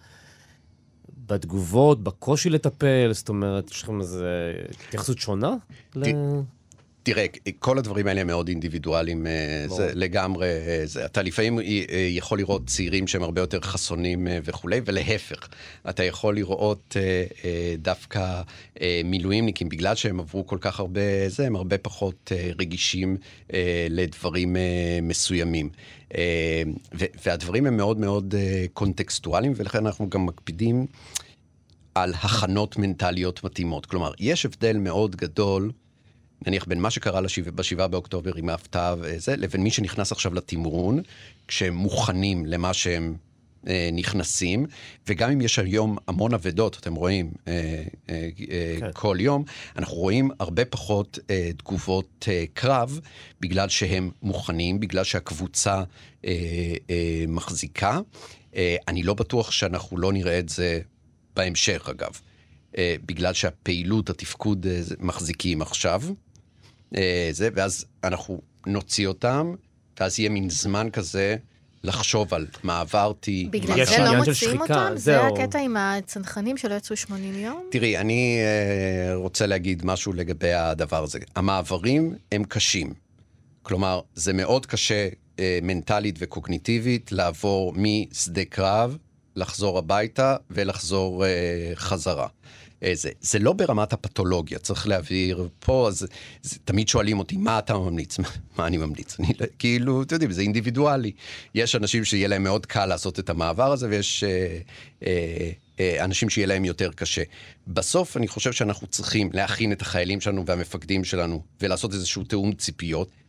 S2: בתגובות, בקושי לטפל, זאת אומרת, יש לכם איזו התייחסות שונה?
S4: תראה, כל הדברים האלה הם מאוד אינדיבידואליים, זה לגמרי, אתה לפעמים יכול לראות צעירים שהם הרבה יותר חסונים וכולי, ולהפך, אתה יכול לראות דווקא מילואימניקים, בגלל שהם עברו כל כך הרבה, הם הרבה פחות רגישים לדברים מסוימים. והדברים הם מאוד מאוד קונטקסטואליים, ולכן אנחנו גם מקפידים על הכנות מנטליות מתאימות. כלומר, יש הבדל מאוד גדול, נניח בין מה שקרה ב7 באוקטובר עם ההפתעה וזה, לבין מי שנכנס עכשיו לתמרון, כשהם מוכנים למה שהם נכנסים, וגם אם יש היום המון עבדות, אתם רואים כל יום, אנחנו רואים הרבה פחות תגובות קרב, בגלל שהם מוכנים, בגלל שהקבוצה מחזיקה. אני לא בטוח שאנחנו לא נראה את זה בהמשך, אגב. בגלל שהפעילות, התפקוד מחזיקים עכשיו, ואז אנחנו נוציא אותם, ואז יהיה מין זמן כזה לחשוב על מה עברתי.
S3: בגלל זה לא מוציאים אותם? זה הקטע עם הצנחנים שלא יצאו 80 יום?
S4: תראי, אני רוצה להגיד משהו לגבי הדבר הזה. המעברים הם קשים. כלומר, זה מאוד קשה מנטלית וקוגניטיבית לעבור משדה קרב, לחזור הביתה ולחזור חזרה. זה לא ברמת הפתולוגיה, צריך להעביר פה, אז תמיד שואלים אותי, מה אתה ממליץ? מה אני ממליץ? כאילו, אתם יודעים, זה אינדיבידואלי. יש אנשים שיהיה להם מאוד קל לעשות את המעבר הזה, ויש אנשים שיהיה להם יותר קשה. בסוף אני חושב שאנחנו צריכים להכין את החיילים שלנו והמפקדים שלנו, ולעשות איזשהו תאום ציפיות,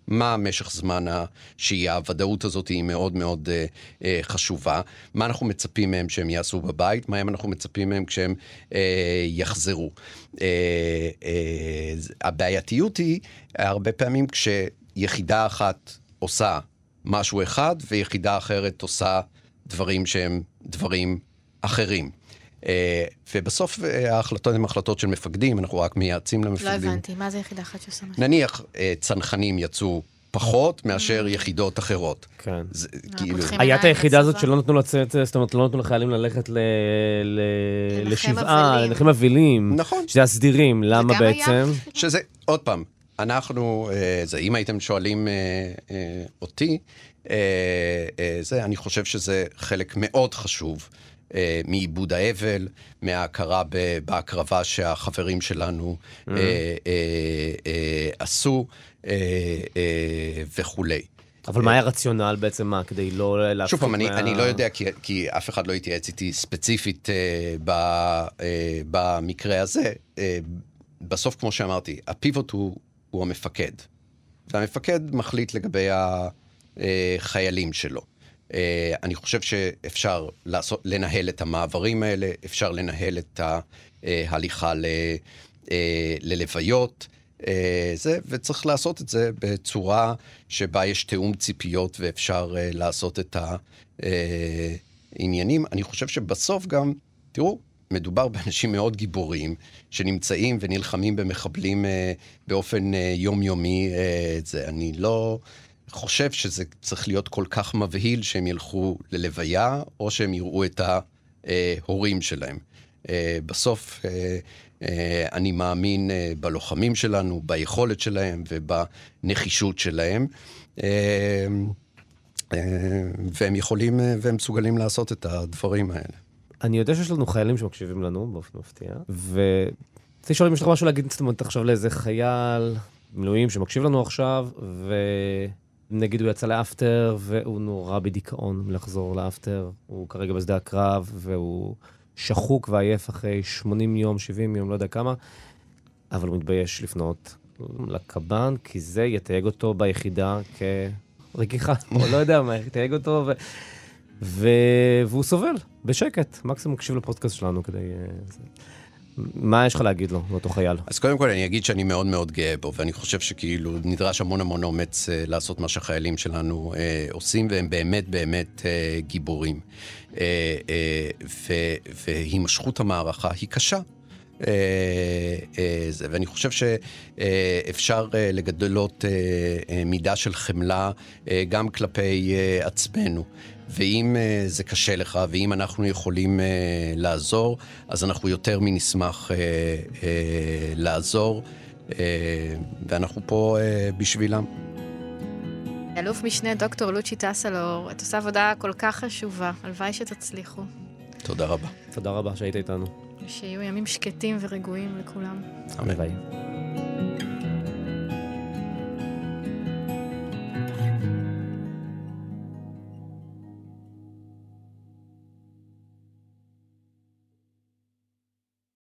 S4: מה משך זמן השהייה, הוודאות הזאת היא מאוד מאוד חשובה. מה אנחנו מצפים מהם שהם יעשו בבית, מה אנחנו מצפים מהם כשהם יחזרו. הבעייתיות היא הרבה פעמים כשיחידה אחת עושה משהו אחד, ויחידה אחרת עושה דברים שהם דברים אחרים. ובסוף ההחלטות הן החלטות של מפקדים, אנחנו רק מייעצים למפקדים.
S3: לא הבנתי, מה זה יחידה אחת שעושה משהו?
S4: נניח צנחנים יצאו פחות מאשר יחידות אחרות.
S2: כן.
S4: כאילו...
S2: היה את היחידה הזאת שלא נתנו לצאת, זאת אומרת, לא נתנו לחיילים ללכת לשבעה, לנחם אבלים.
S4: נכון.
S2: שזה הסדירים, למה בעצם?
S4: שזה, עוד פעם, אנחנו, אם הייתם שואלים אותי, אני חושב שזה חלק מאוד חשוב מעיבוד האבל, מההכרה בהקרבה שהחברים שלנו עשו וכולי.
S2: אבל מה היה רציונל בעצם? מה, כדי לא להפסיק?
S4: שוב פעם, אני לא יודע, כי אף אחד לא התייעץ איתי ספציפית במקרה הזה. בסוף, כמו שאמרתי, הפיבוט הוא המפקד. והמפקד מחליט לגבי החיילים שלו. אני חושב שאפשר לנהל את המעברים האלה, אפשר לנהל את ההליכה ללוויות, וצריך לעשות את זה בצורה שבה יש תאום ציפיות ואפשר לעשות את העניינים. אני חושב שבסוף גם, תראו, מדובר באנשים מאוד גיבורים שנמצאים ונלחמים במחבלים באופן יומיומי. אני לא חושב שזה צריך להיות כל כך מבהיל שהם ילכו ללוויה או שהם יראו את ההורים שלהם. בסוף אני מאמין בלוחמים שלנו, ביכולת שלהם ובנחישות שלהם, והם יכולים והם מסוגלים לעשות את הדברים האלה.
S2: אני יודע שיש לנו חיילים שמקשיבים לנו באופן מפתיע, ורציתי לשאול אם יש לך משהו להגיד, זאת אומרת, עכשיו לאיזה חייל מילואים שמקשיב לנו עכשיו, ונגיד הוא יצא לאפטר, והוא נורא בדיכאון לחזור לאפטר, הוא כרגע בשדה הקרב, והוא שחוק ועייף אחרי 80 יום, 70 יום, לא יודע כמה, אבל הוא מתבייש לפנות לקב"ן, כי זה יתייג אותו ביחידה כרגיחה, או לא יודע מה, יתייג אותו, והוא סובל בשקט. מקסימום מקשיב לפודקאסט שלנו כדי... מה יש לך להגיד לו, לאותו חייל?
S4: אז קודם כל אני אגיד שאני מאוד מאוד גאה בו, ואני חושב שכאילו נדרש המון המון אומץ לעשות מה שהחיילים שלנו עושים, והם באמת באמת גיבורים. והימשכות המערכה היא קשה. ואני חושב שאפשר לגדלות מידה של חמלה גם כלפי עצמנו. ואם זה קשה לך, ואם אנחנו יכולים לעזור, אז אנחנו יותר מנשמח לעזור, ואנחנו פה בשבילם.
S3: אלוף משנה דוקטור לוצ'י טסלור, את עושה עבודה כל כך חשובה, הלוואי שתצליחו.
S4: תודה רבה.
S2: תודה רבה שהיית איתנו.
S3: שיהיו ימים שקטים ורגועים לכולם.
S4: אמן.
S2: ביי.